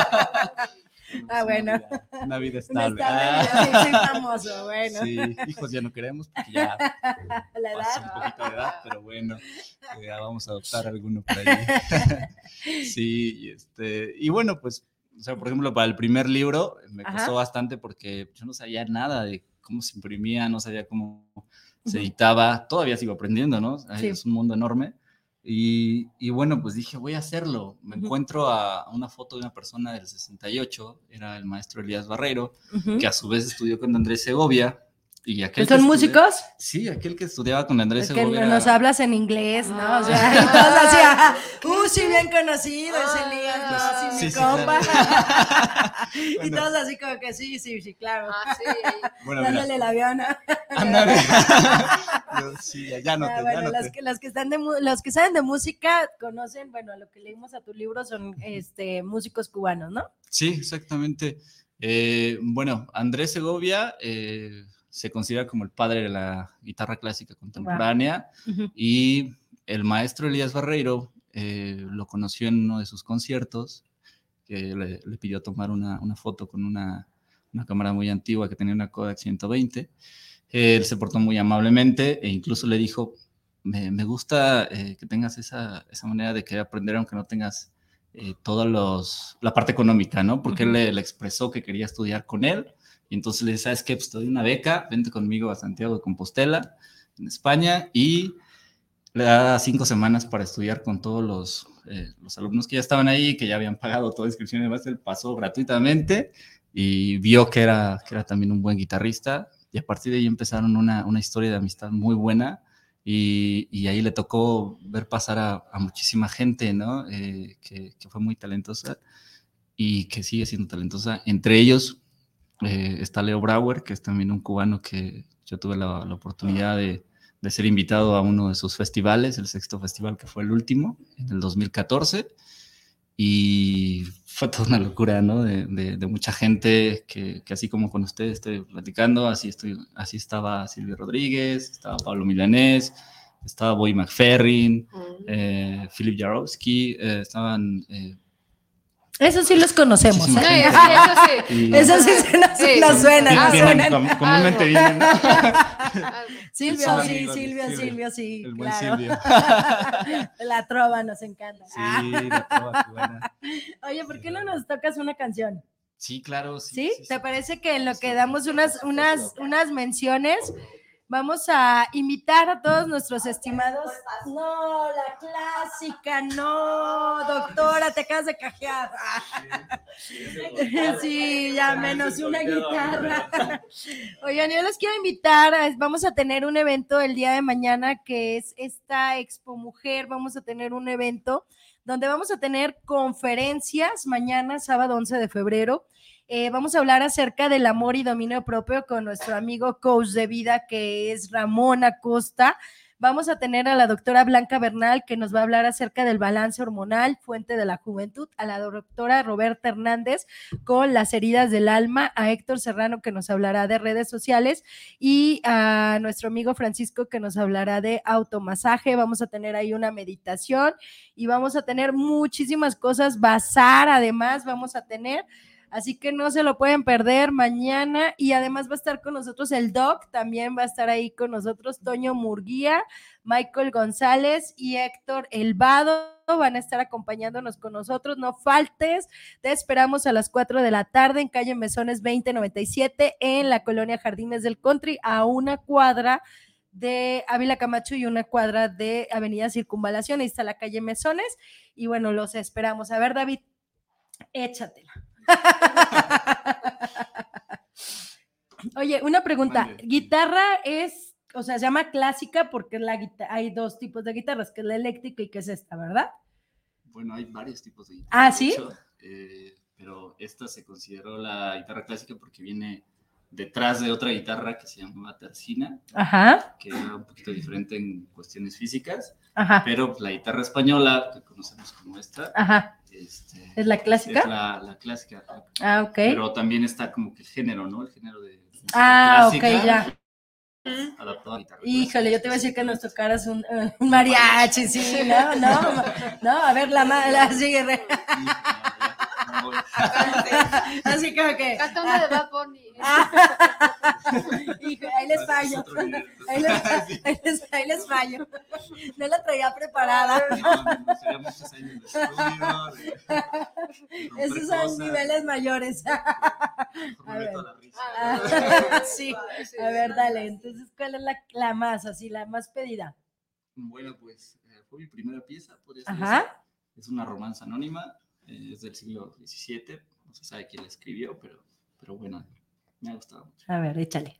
Bueno. Una vida estable. Soy famoso, bueno. Sí, hijos ya no queremos porque ya la pasa un poquito de edad, pero bueno, ya vamos a adoptar alguno por ahí. Sí, y bueno, pues, o sea, por ejemplo, para el primer libro me costó bastante porque yo no sabía nada de cómo se imprimía, no sabía cómo se editaba, todavía sigo aprendiendo, ¿no? Es un mundo enorme. Y bueno, pues dije, voy a hacerlo. Me encuentro a una foto de una persona del 68, era el maestro Elías Barreiro, que a su vez estudió con Andrés Segovia. Y aquel ¿Son músicos? Sí, aquel que estudiaba con Andrés Segovia. Que nos hablas en inglés, ¿no? O sea, y todos así, sí, bien conocido ese Elías, no, sí, mi compa. Claro. Y todos así como que sí, claro. Sí. Bueno, dándole el avión. Ándale. Sí, ya no te. Bueno, los que saben de música conocen, bueno, lo que leímos a tu libro son músicos cubanos, ¿no? Sí, exactamente. Bueno, Andrés Segovia se considera como el padre de la guitarra clásica contemporánea. Y el maestro Elías Barreiro lo conoció en uno de sus conciertos, que le pidió tomar una foto con una cámara muy antigua que tenía una Kodak 120. Él se portó muy amablemente e incluso le dijo, me gusta que tengas esa manera de querer aprender aunque no tengas la parte económica, ¿no? Porque él le expresó que quería estudiar con él y entonces le dice, ¿sabes qué? Pues te doy una beca, vente conmigo a Santiago de Compostela, en España, y le da 5 semanas para estudiar con todos los alumnos que ya estaban ahí, que ya habían pagado toda inscripción y además él pasó gratuitamente y vio que era también un buen guitarrista y a partir de ahí empezaron una historia de amistad muy buena y ahí le tocó ver pasar a muchísima gente, ¿no? Que fue muy talentosa y que sigue siendo talentosa. Entre ellos está Leo Brauer, que es también un cubano que yo tuve la oportunidad de ser invitado a uno de sus festivales, el 6º festival, que fue el último, en el 2014, y fue toda una locura, ¿no? De mucha gente que así como con ustedes estoy platicando, así estaba Silvio Rodríguez, estaba Pablo Milanés, estaba Boy McFerrin, Philip Jarowski, estaban... Eso sí los conocemos. Muchísima Sí, gente. eso sí. Eso sí nos suena. Comúnmente vienen, ¿no? Silvio, Son sí, amigos, Silvio, sí, el buen claro. Silvio. La trova nos encanta. Sí, la trova cubana. Oye, ¿por qué no nos tocas una canción? Sí, claro. ¿Sí? ¿Te parece que en lo que damos unas menciones, vamos a invitar a todos nuestros estimados? No, la clásica, no, doctora, te acabas de cajear. Sí, ya menos una guitarra. Oigan, yo les quiero invitar, vamos a tener un evento el día de mañana que es esta Expo Mujer, vamos a tener un evento donde vamos a tener conferencias mañana, sábado 11 de febrero. Vamos a hablar acerca del amor y dominio propio con nuestro amigo coach de vida que es Ramón Acosta. Vamos a tener a la doctora Blanca Bernal que nos va a hablar acerca del balance hormonal, fuente de la juventud, a la doctora Roberta Hernández con las heridas del alma, a Héctor Serrano que nos hablará de redes sociales y a nuestro amigo Francisco que nos hablará de automasaje. Vamos a tener ahí una meditación y vamos a tener muchísimas cosas, bazar además vamos a tener. Así que no se lo pueden perder mañana y además va a estar con nosotros el Doc, también va a estar ahí con nosotros Toño Murguía, Michael González y Héctor Elvado, van a estar acompañándonos con nosotros, no faltes, te esperamos a las 4 de la tarde en calle Mesones 2097 en la colonia Jardines del Country, a una cuadra de Ávila Camacho y una cuadra de Avenida Circunvalación, ahí está la calle Mesones y bueno, los esperamos. A ver, David, échatela. Oye, una pregunta, guitarra es, o sea, se llama clásica porque hay dos tipos de guitarras, que es la eléctrica y que es esta, ¿verdad? Bueno, hay varios tipos de guitarra. Ah, ¿sí? Hecho, pero esta se consideró la guitarra clásica porque viene detrás de otra guitarra que se llama tercina, ajá, que era un poquito diferente en cuestiones físicas, ajá, pero la guitarra española, que conocemos como esta, ajá. ¿Es la clásica? Es la clásica. Ah, ok. Pero también está como que el género, ¿no? El género de clásica, ok, ya. Adaptado a guitarra. Híjole, yo te iba a decir que nos tocaras un mariachi, sí, no, a ver, la sigue. Así como que canta una de Bad Bunny. Ahí les fallo. Ahí les fallo. No la traía preparada. No, sería muchos años de estudio. Esos son niveles mayores. A ver. Sí, a ver, dale. Entonces, ¿cuál es la más, así, la más pedida? Bueno, pues fue mi primera pieza, podría ser. Ajá. Es una romanza anónima, es del siglo XVII, no se sabe quién la escribió, pero bueno, me ha gustado mucho. A ver, échale.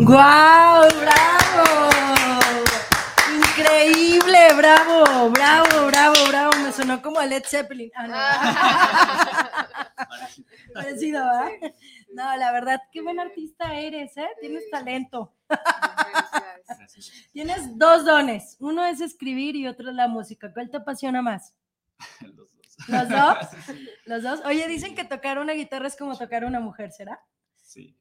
¡Guau! ¡Bravo! Increíble, bravo, bravo, bravo, bravo. Me sonó como a Led Zeppelin. Parecido, ¿verdad? No, la verdad, qué buen artista eres, ¿eh? Tienes talento. Gracias. Tienes 2 dones. Uno es escribir y otro es la música. ¿Cuál te apasiona más? Los dos. ¿Los dos? Sí. ¿Los dos? Oye, dicen que tocar una guitarra es como tocar una mujer, ¿será? Sí.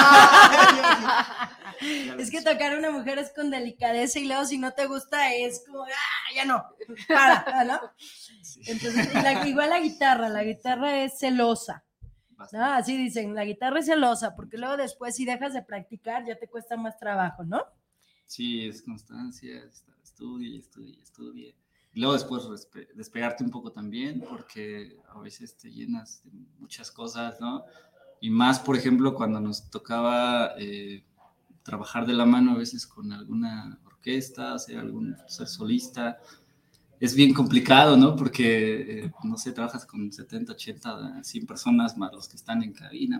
Es que tocar una mujer es con delicadeza y luego si no te gusta es como, ya no, ¿no? Sí. Entonces, igual la guitarra es celosa, ¿no? Así dicen, la guitarra es celosa, porque luego después si dejas de practicar ya te cuesta más trabajo, ¿no? Sí, es constancia, estudie. Y luego después despegarte un poco también, porque a veces te llenas de muchas cosas, ¿no? Y más, por ejemplo, cuando nos tocaba trabajar de la mano a veces con alguna orquesta, ser solista, es bien complicado, ¿no? Porque, no sé, trabajas con 70, 80, 100 personas, más los que están en cabina,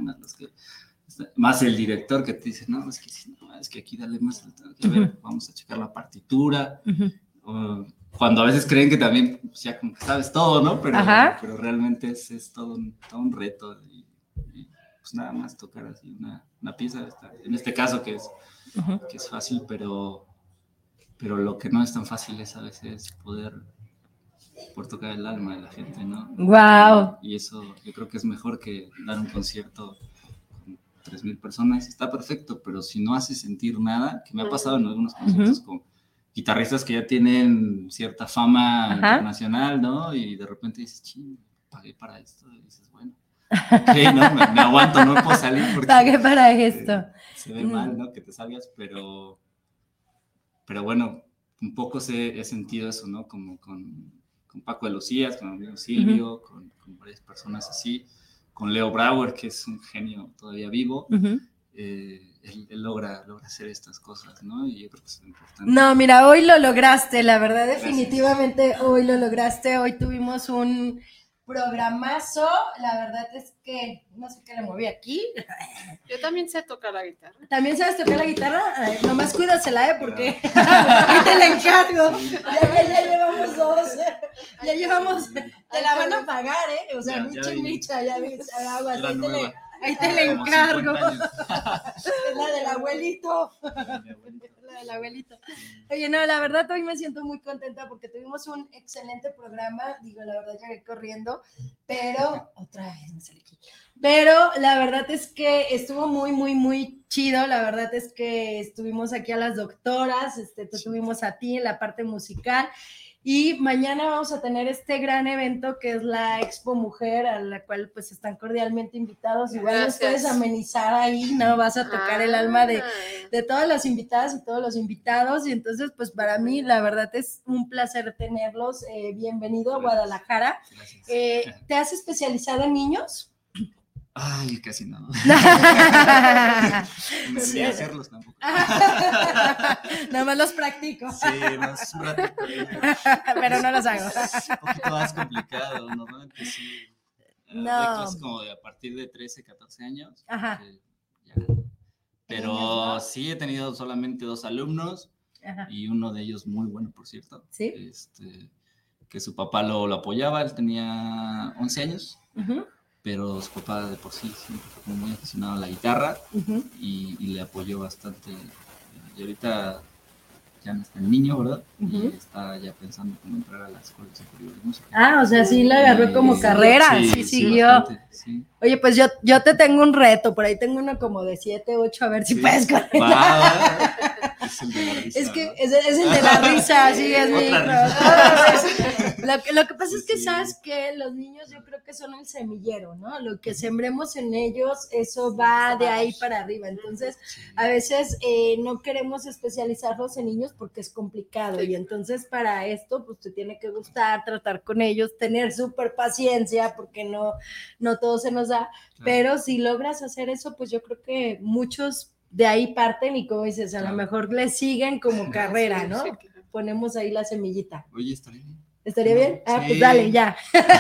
más el director que te dice, no, es que aquí dale más, a ver, vamos a checar la partitura. Cuando a veces creen que también pues, ya como que sabes todo, ¿no? Pero realmente es todo un reto. Y pues nada más tocar así una pieza, en este caso que es fácil, pero lo que no es tan fácil es a veces poder tocar el alma de la gente, ¿no? ¡Wow! Y eso yo creo que es mejor que dar un concierto con 3,000 personas, está perfecto, pero si no hace sentir nada, que me ha pasado en algunos conciertos con guitarristas que ya tienen cierta fama internacional, ¿no? Y de repente dices, ching, pagué para esto, y dices, bueno, ok, no, me aguanto, no puedo salir porque pagué para esto. Se ve mal, ¿no? Que te salgas, pero bueno, un poco he sentido eso, ¿no? Como con Paco de Lucías, con el amigo Silvio, con varias personas así, con Leo Brauer, que es un genio todavía vivo. Él logra hacer estas cosas, ¿no? Y yo creo que es importante. No, mira, hoy lo lograste, la verdad, Gracias. Definitivamente hoy lo lograste. Hoy tuvimos un programazo, la verdad es que no sé qué le moví aquí. Yo también sé tocar la guitarra. ¿También sabes tocar la guitarra? Nomás cuídasela, porque ahí te la encargo. Ya llevamos 2. Ya llevamos, te la van a pagar, O sea, Micha, ya ves, aguas, ahí te la encargo. Es la del abuelito. La del abuelito. Oye, no, la verdad hoy me siento muy contenta porque tuvimos un excelente programa. Digo, la verdad llegué corriendo, pero otra vez me salí aquí. Pero la verdad es que estuvo muy, muy, muy chido. La verdad es que estuvimos aquí a las doctoras, te tuvimos a ti en la parte musical. Y mañana vamos a tener este gran evento que es la Expo Mujer, a la cual pues están cordialmente invitados. Igual les puedes amenizar ahí, ¿no? Vas a tocar el alma de todas las invitadas y todos los invitados. Y entonces, pues para mí, la verdad es un placer tenerlos. Bienvenido a Guadalajara. ¿Te has especializado en niños? Ay, casi no. No sé hacerlos tampoco. Nada más los practico. Sí, no es un rato. Pero no los hago. Es un poquito más complicado, normalmente sí. No. Es como de a partir de 13, 14 años. Ajá. Ya. Pero sí he tenido solamente 2 alumnos. Ajá. Y uno de ellos muy bueno, por cierto. Sí. Que su papá lo apoyaba, él tenía 11 años. Uh-huh. Pero su papá de por sí siempre fue muy aficionado a la guitarra y le apoyó bastante. Y ahorita ya no está el niño, ¿verdad? Y está ya pensando cómo entrar a la escuela superior de música. Ah, o sea, sí la agarró como carrera, sí siguió. Bastante, sí. Oye, pues yo te tengo un reto, por ahí tengo uno como de 7, 8, a ver si puedes con él. Es el de la risa. Es que es el de la risa, sí, es mi hijo. Lo que pasa es que, ¿sabes qué? Los niños yo creo que son el semillero, ¿no? Lo que sembremos en ellos, eso va de ahí para arriba. Entonces, a veces no queremos especializarlos en niños porque es complicado. Y entonces, para esto, pues te tiene que gustar, tratar con ellos, tener súper paciencia, porque no todo se nos da. Pero si logras hacer eso, pues yo creo que muchos de ahí parten y como dices, a lo mejor le siguen como carrera, ¿no? Ponemos ahí la semillita. Oye, está bien. ¿Estaría bien? Ah, Sí. pues dale, ya.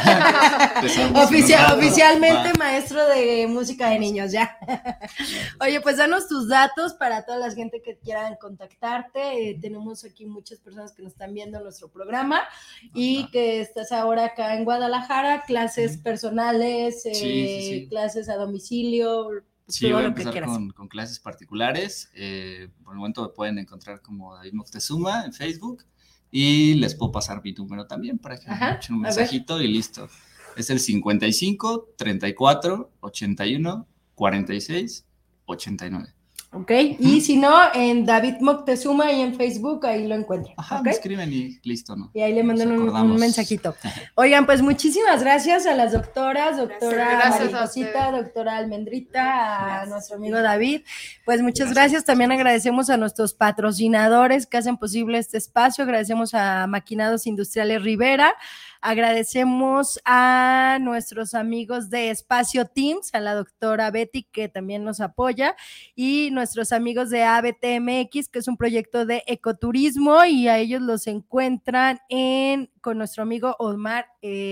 Oficialmente maestro de música de niños, ya. Oye, pues danos tus datos para toda la gente que quieran contactarte. Tenemos aquí muchas personas que nos están viendo nuestro programa y que estás ahora acá en Guadalajara, clases personales, Sí. clases a domicilio, Sí, todo voy a lo que empezar quieras. con clases particulares. Por el momento me pueden encontrar como David Moctezuma en Facebook y les puedo pasar mi número también para que me echen un mensajito y listo. Es el 55 34 81 46 89. Ok, y si no, en David Moctezuma y en Facebook, ahí lo encuentran. Ajá, ¿okay? me escriben y listo, ¿no? Y ahí le mandan un mensajito. Oigan, pues muchísimas gracias a las doctoras, doctora Mariposita, doctora Almendrita, a nuestro amigo David. Pues muchas gracias. También agradecemos a nuestros patrocinadores que hacen posible este espacio. Agradecemos a Maquinados Industriales Rivera. Agradecemos a nuestros amigos de Espacio Teams, a la doctora Betty, que también nos apoya, y nuestros amigos de ABTMX, que es un proyecto de ecoturismo, y a ellos los encuentran con nuestro amigo Omar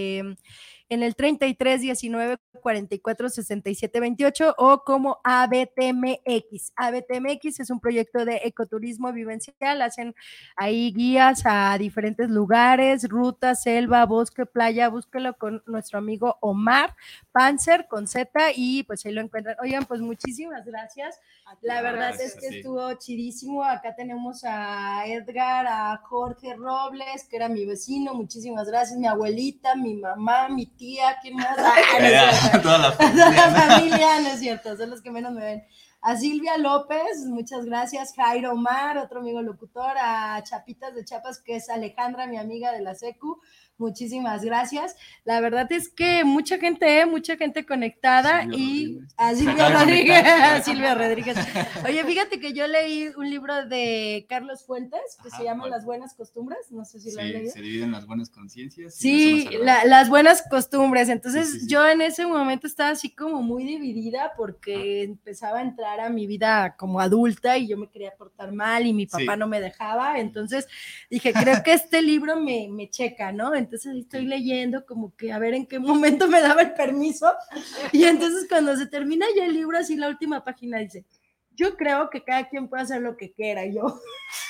en el 33 19 44 67 28 o como ABTMX. ABTMX es un proyecto de ecoturismo vivencial, hacen ahí guías a diferentes lugares, rutas, selva, bosque, playa, búsquelo con nuestro amigo Omar Panzer con Z y pues ahí lo encuentran. Oigan, pues muchísimas gracias. La verdad es que estuvo chidísimo. Acá tenemos a Edgar, a Jorge Robles, que era mi vecino. Muchísimas gracias. Mi abuelita, mi mamá, mi tía, ¿quién más? Toda la familia, no es cierto, son los que menos me ven. A Silvia López, muchas gracias. Jairo Omar, otro amigo locutor. A Chapitas de Chiapas, que es Alejandra, mi amiga de la secu. Muchísimas gracias. La verdad es que mucha gente conectada y a Silvia Rodríguez. Oye, fíjate que yo leí un libro de Carlos Fuentes que se llama Las Buenas Costumbres. No sé si lo has leído. Se dividen las buenas conciencias. Sí, las buenas costumbres. Entonces yo en ese momento estaba así como muy dividida porque empezaba a entrar a mi vida como adulta y yo me quería portar mal y mi papá no me dejaba. Entonces dije, creo que este libro me checa, ¿no? Entonces estoy leyendo como que a ver en qué momento me daba el permiso y entonces cuando se termina ya el libro, así la última página dice, yo creo que cada quien puede hacer lo que quiera. Y yo,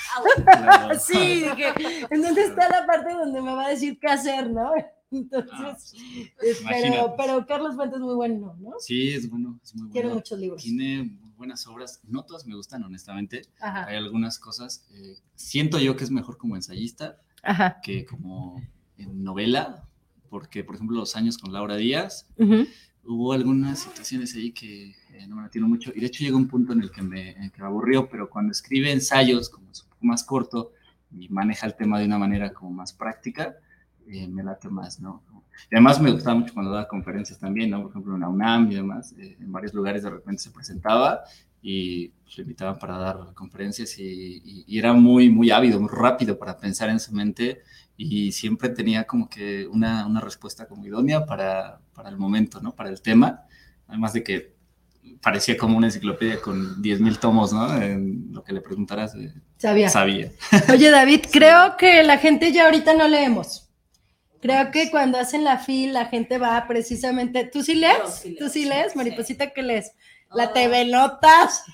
sí, dije, entonces está la parte donde me va a decir qué hacer, ¿no? Entonces, pero Carlos Fuentes es muy bueno, ¿no? Sí, es bueno, es muy bueno. Tiene muchos libros. Tiene muy buenas obras, no todas me gustan, honestamente. Ajá. Hay algunas cosas, siento yo que es mejor como ensayista que como en novela, porque, por ejemplo, Los años con Laura Díaz, hubo algunas situaciones ahí que no me latieron mucho, y de hecho llegó un punto en el que me aburrió, pero cuando escribe ensayos, como es un poco más corto, y maneja el tema de una manera como más práctica, me late más, ¿no? Y además me gustaba mucho cuando daba conferencias también, ¿no? Por ejemplo, en la UNAM y demás, en varios lugares de repente se presentaba y pues, le invitaban para dar conferencias y era muy, muy ávido, muy rápido para pensar en su mente y siempre tenía como que una respuesta como idónea para el momento, ¿no? Para el tema, además de que parecía como una enciclopedia con 10,000 tomos, ¿no? En lo que le preguntaras, sabía. Oye, David, creo que la gente ya ahorita no leemos. Creo que cuando hacen la fila, la gente va precisamente... ¿Tú sí lees? Sí, ¿tú sí lees, Mariposita? ¿Qué lees? ¿La TV Notas?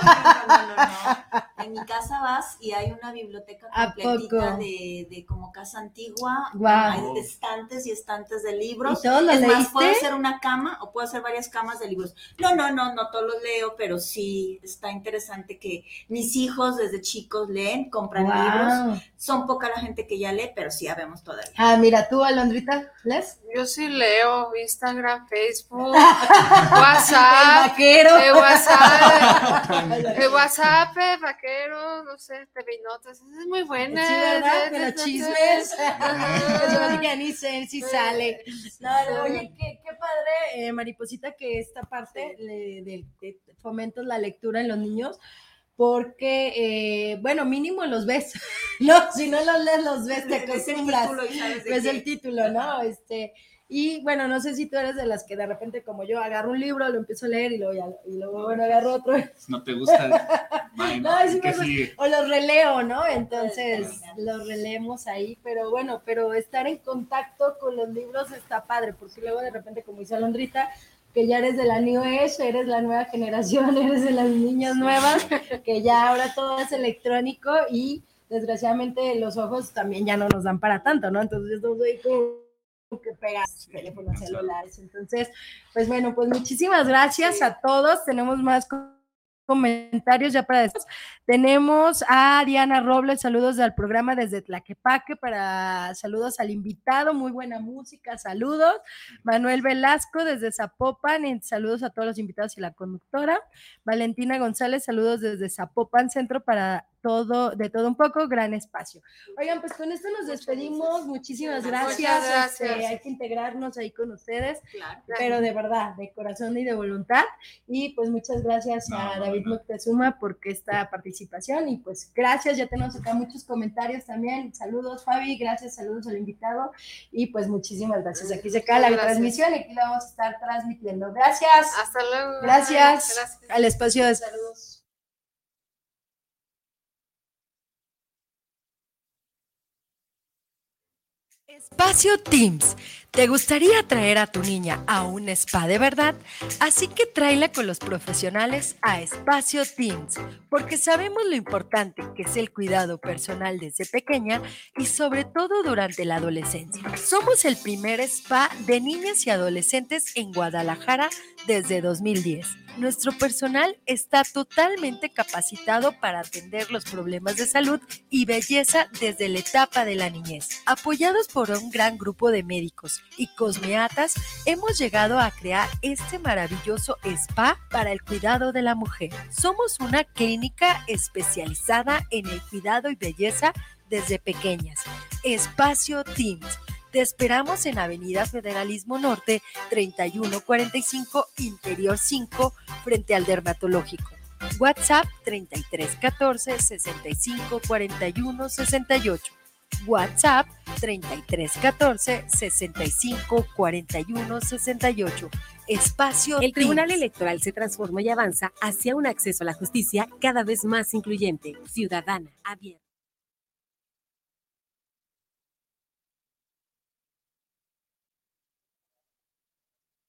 No. En mi casa vas y hay una biblioteca completita de como casa antigua. Wow. Hay estantes y estantes de libros. ¿Y todos los leíste? Más, puedo hacer una cama o puedo hacer varias camas de libros. No todos los leo, pero sí está interesante que mis hijos desde chicos leen, compran libros. Son poca la gente que ya lee, pero sí habemos todavía. Ah, mira, ¿tú, Alondrita, lees? Yo sí leo Instagram, Facebook, WhatsApp. El vaquero. WhatsApp, vaquero, no sé, TV Notas, es muy buena. Sí, ¿verdad? Con los chismes. Eso que ni sé si sale. No, oye, qué padre, Mariposita, que esta parte de fomentos la lectura en los niños, porque, bueno, mínimo los ves, ¿no? Si no los lees, los ves, te acostumbras. Ves el título, ¿no? Y bueno, no sé si tú eres de las que de repente, como yo, agarro un libro, lo empiezo a leer y luego bueno, agarro otro. No te gusta. No, sí me gusta. O los releo, ¿no? Entonces los releemos ahí, pero bueno, pero estar en contacto con los libros está padre, porque luego de repente, como dice Alondrita, que ya eres de la New Age, eres la nueva generación, eres de las niñas nuevas, que ya ahora todo es electrónico y desgraciadamente los ojos también ya no nos dan para tanto, ¿no? Entonces yo soy como que pegas teléfonos celulares. Entonces, pues bueno, pues muchísimas gracias a todos. Tenemos más comentarios ya para después. Tenemos a Diana Robles, saludos al programa desde Tlaquepaque, saludos al invitado, muy buena música, saludos. Manuel Velasco desde Zapopan, saludos a todos los invitados y la conductora. Valentina González, saludos desde Zapopan Centro para de todo un poco, gran espacio. Oigan, pues con esto nos despedimos, muchísimas gracias. Hay que integrarnos ahí con ustedes, claro. Pero de verdad, de corazón y de voluntad, y pues muchas gracias a David Moctezuma por esta participación, y pues gracias, ya tenemos acá muchos comentarios también, saludos Fabi, gracias, saludos al invitado, y pues muchísimas gracias, aquí se acaba la transmisión y aquí la vamos a estar transmitiendo, gracias. Hasta luego. Gracias. Al espacio de saludos. Espacio Teams. ¿Te gustaría traer a tu niña a un spa de verdad? Así que tráela con los profesionales a Espacio Teams, porque sabemos lo importante que es el cuidado personal desde pequeña y sobre todo durante la adolescencia. Somos el primer spa de niñas y adolescentes en Guadalajara desde 2010. Nuestro personal está totalmente capacitado para atender los problemas de salud y belleza desde la etapa de la niñez. Apoyados por un gran grupo de médicos y cosmeatas, hemos llegado a crear este maravilloso spa para el cuidado de la mujer. Somos una clínica especializada en el cuidado y belleza desde pequeñas. Espacio Teams. Te esperamos en Avenida Federalismo Norte, 3145, Interior 5, frente al Dermatológico. WhatsApp 3314 65 41 68. WhatsApp 3314 65 41 68. Espacio El Tribunal Electoral se transforma y avanza hacia un acceso a la justicia cada vez más incluyente, ciudadana, abierta.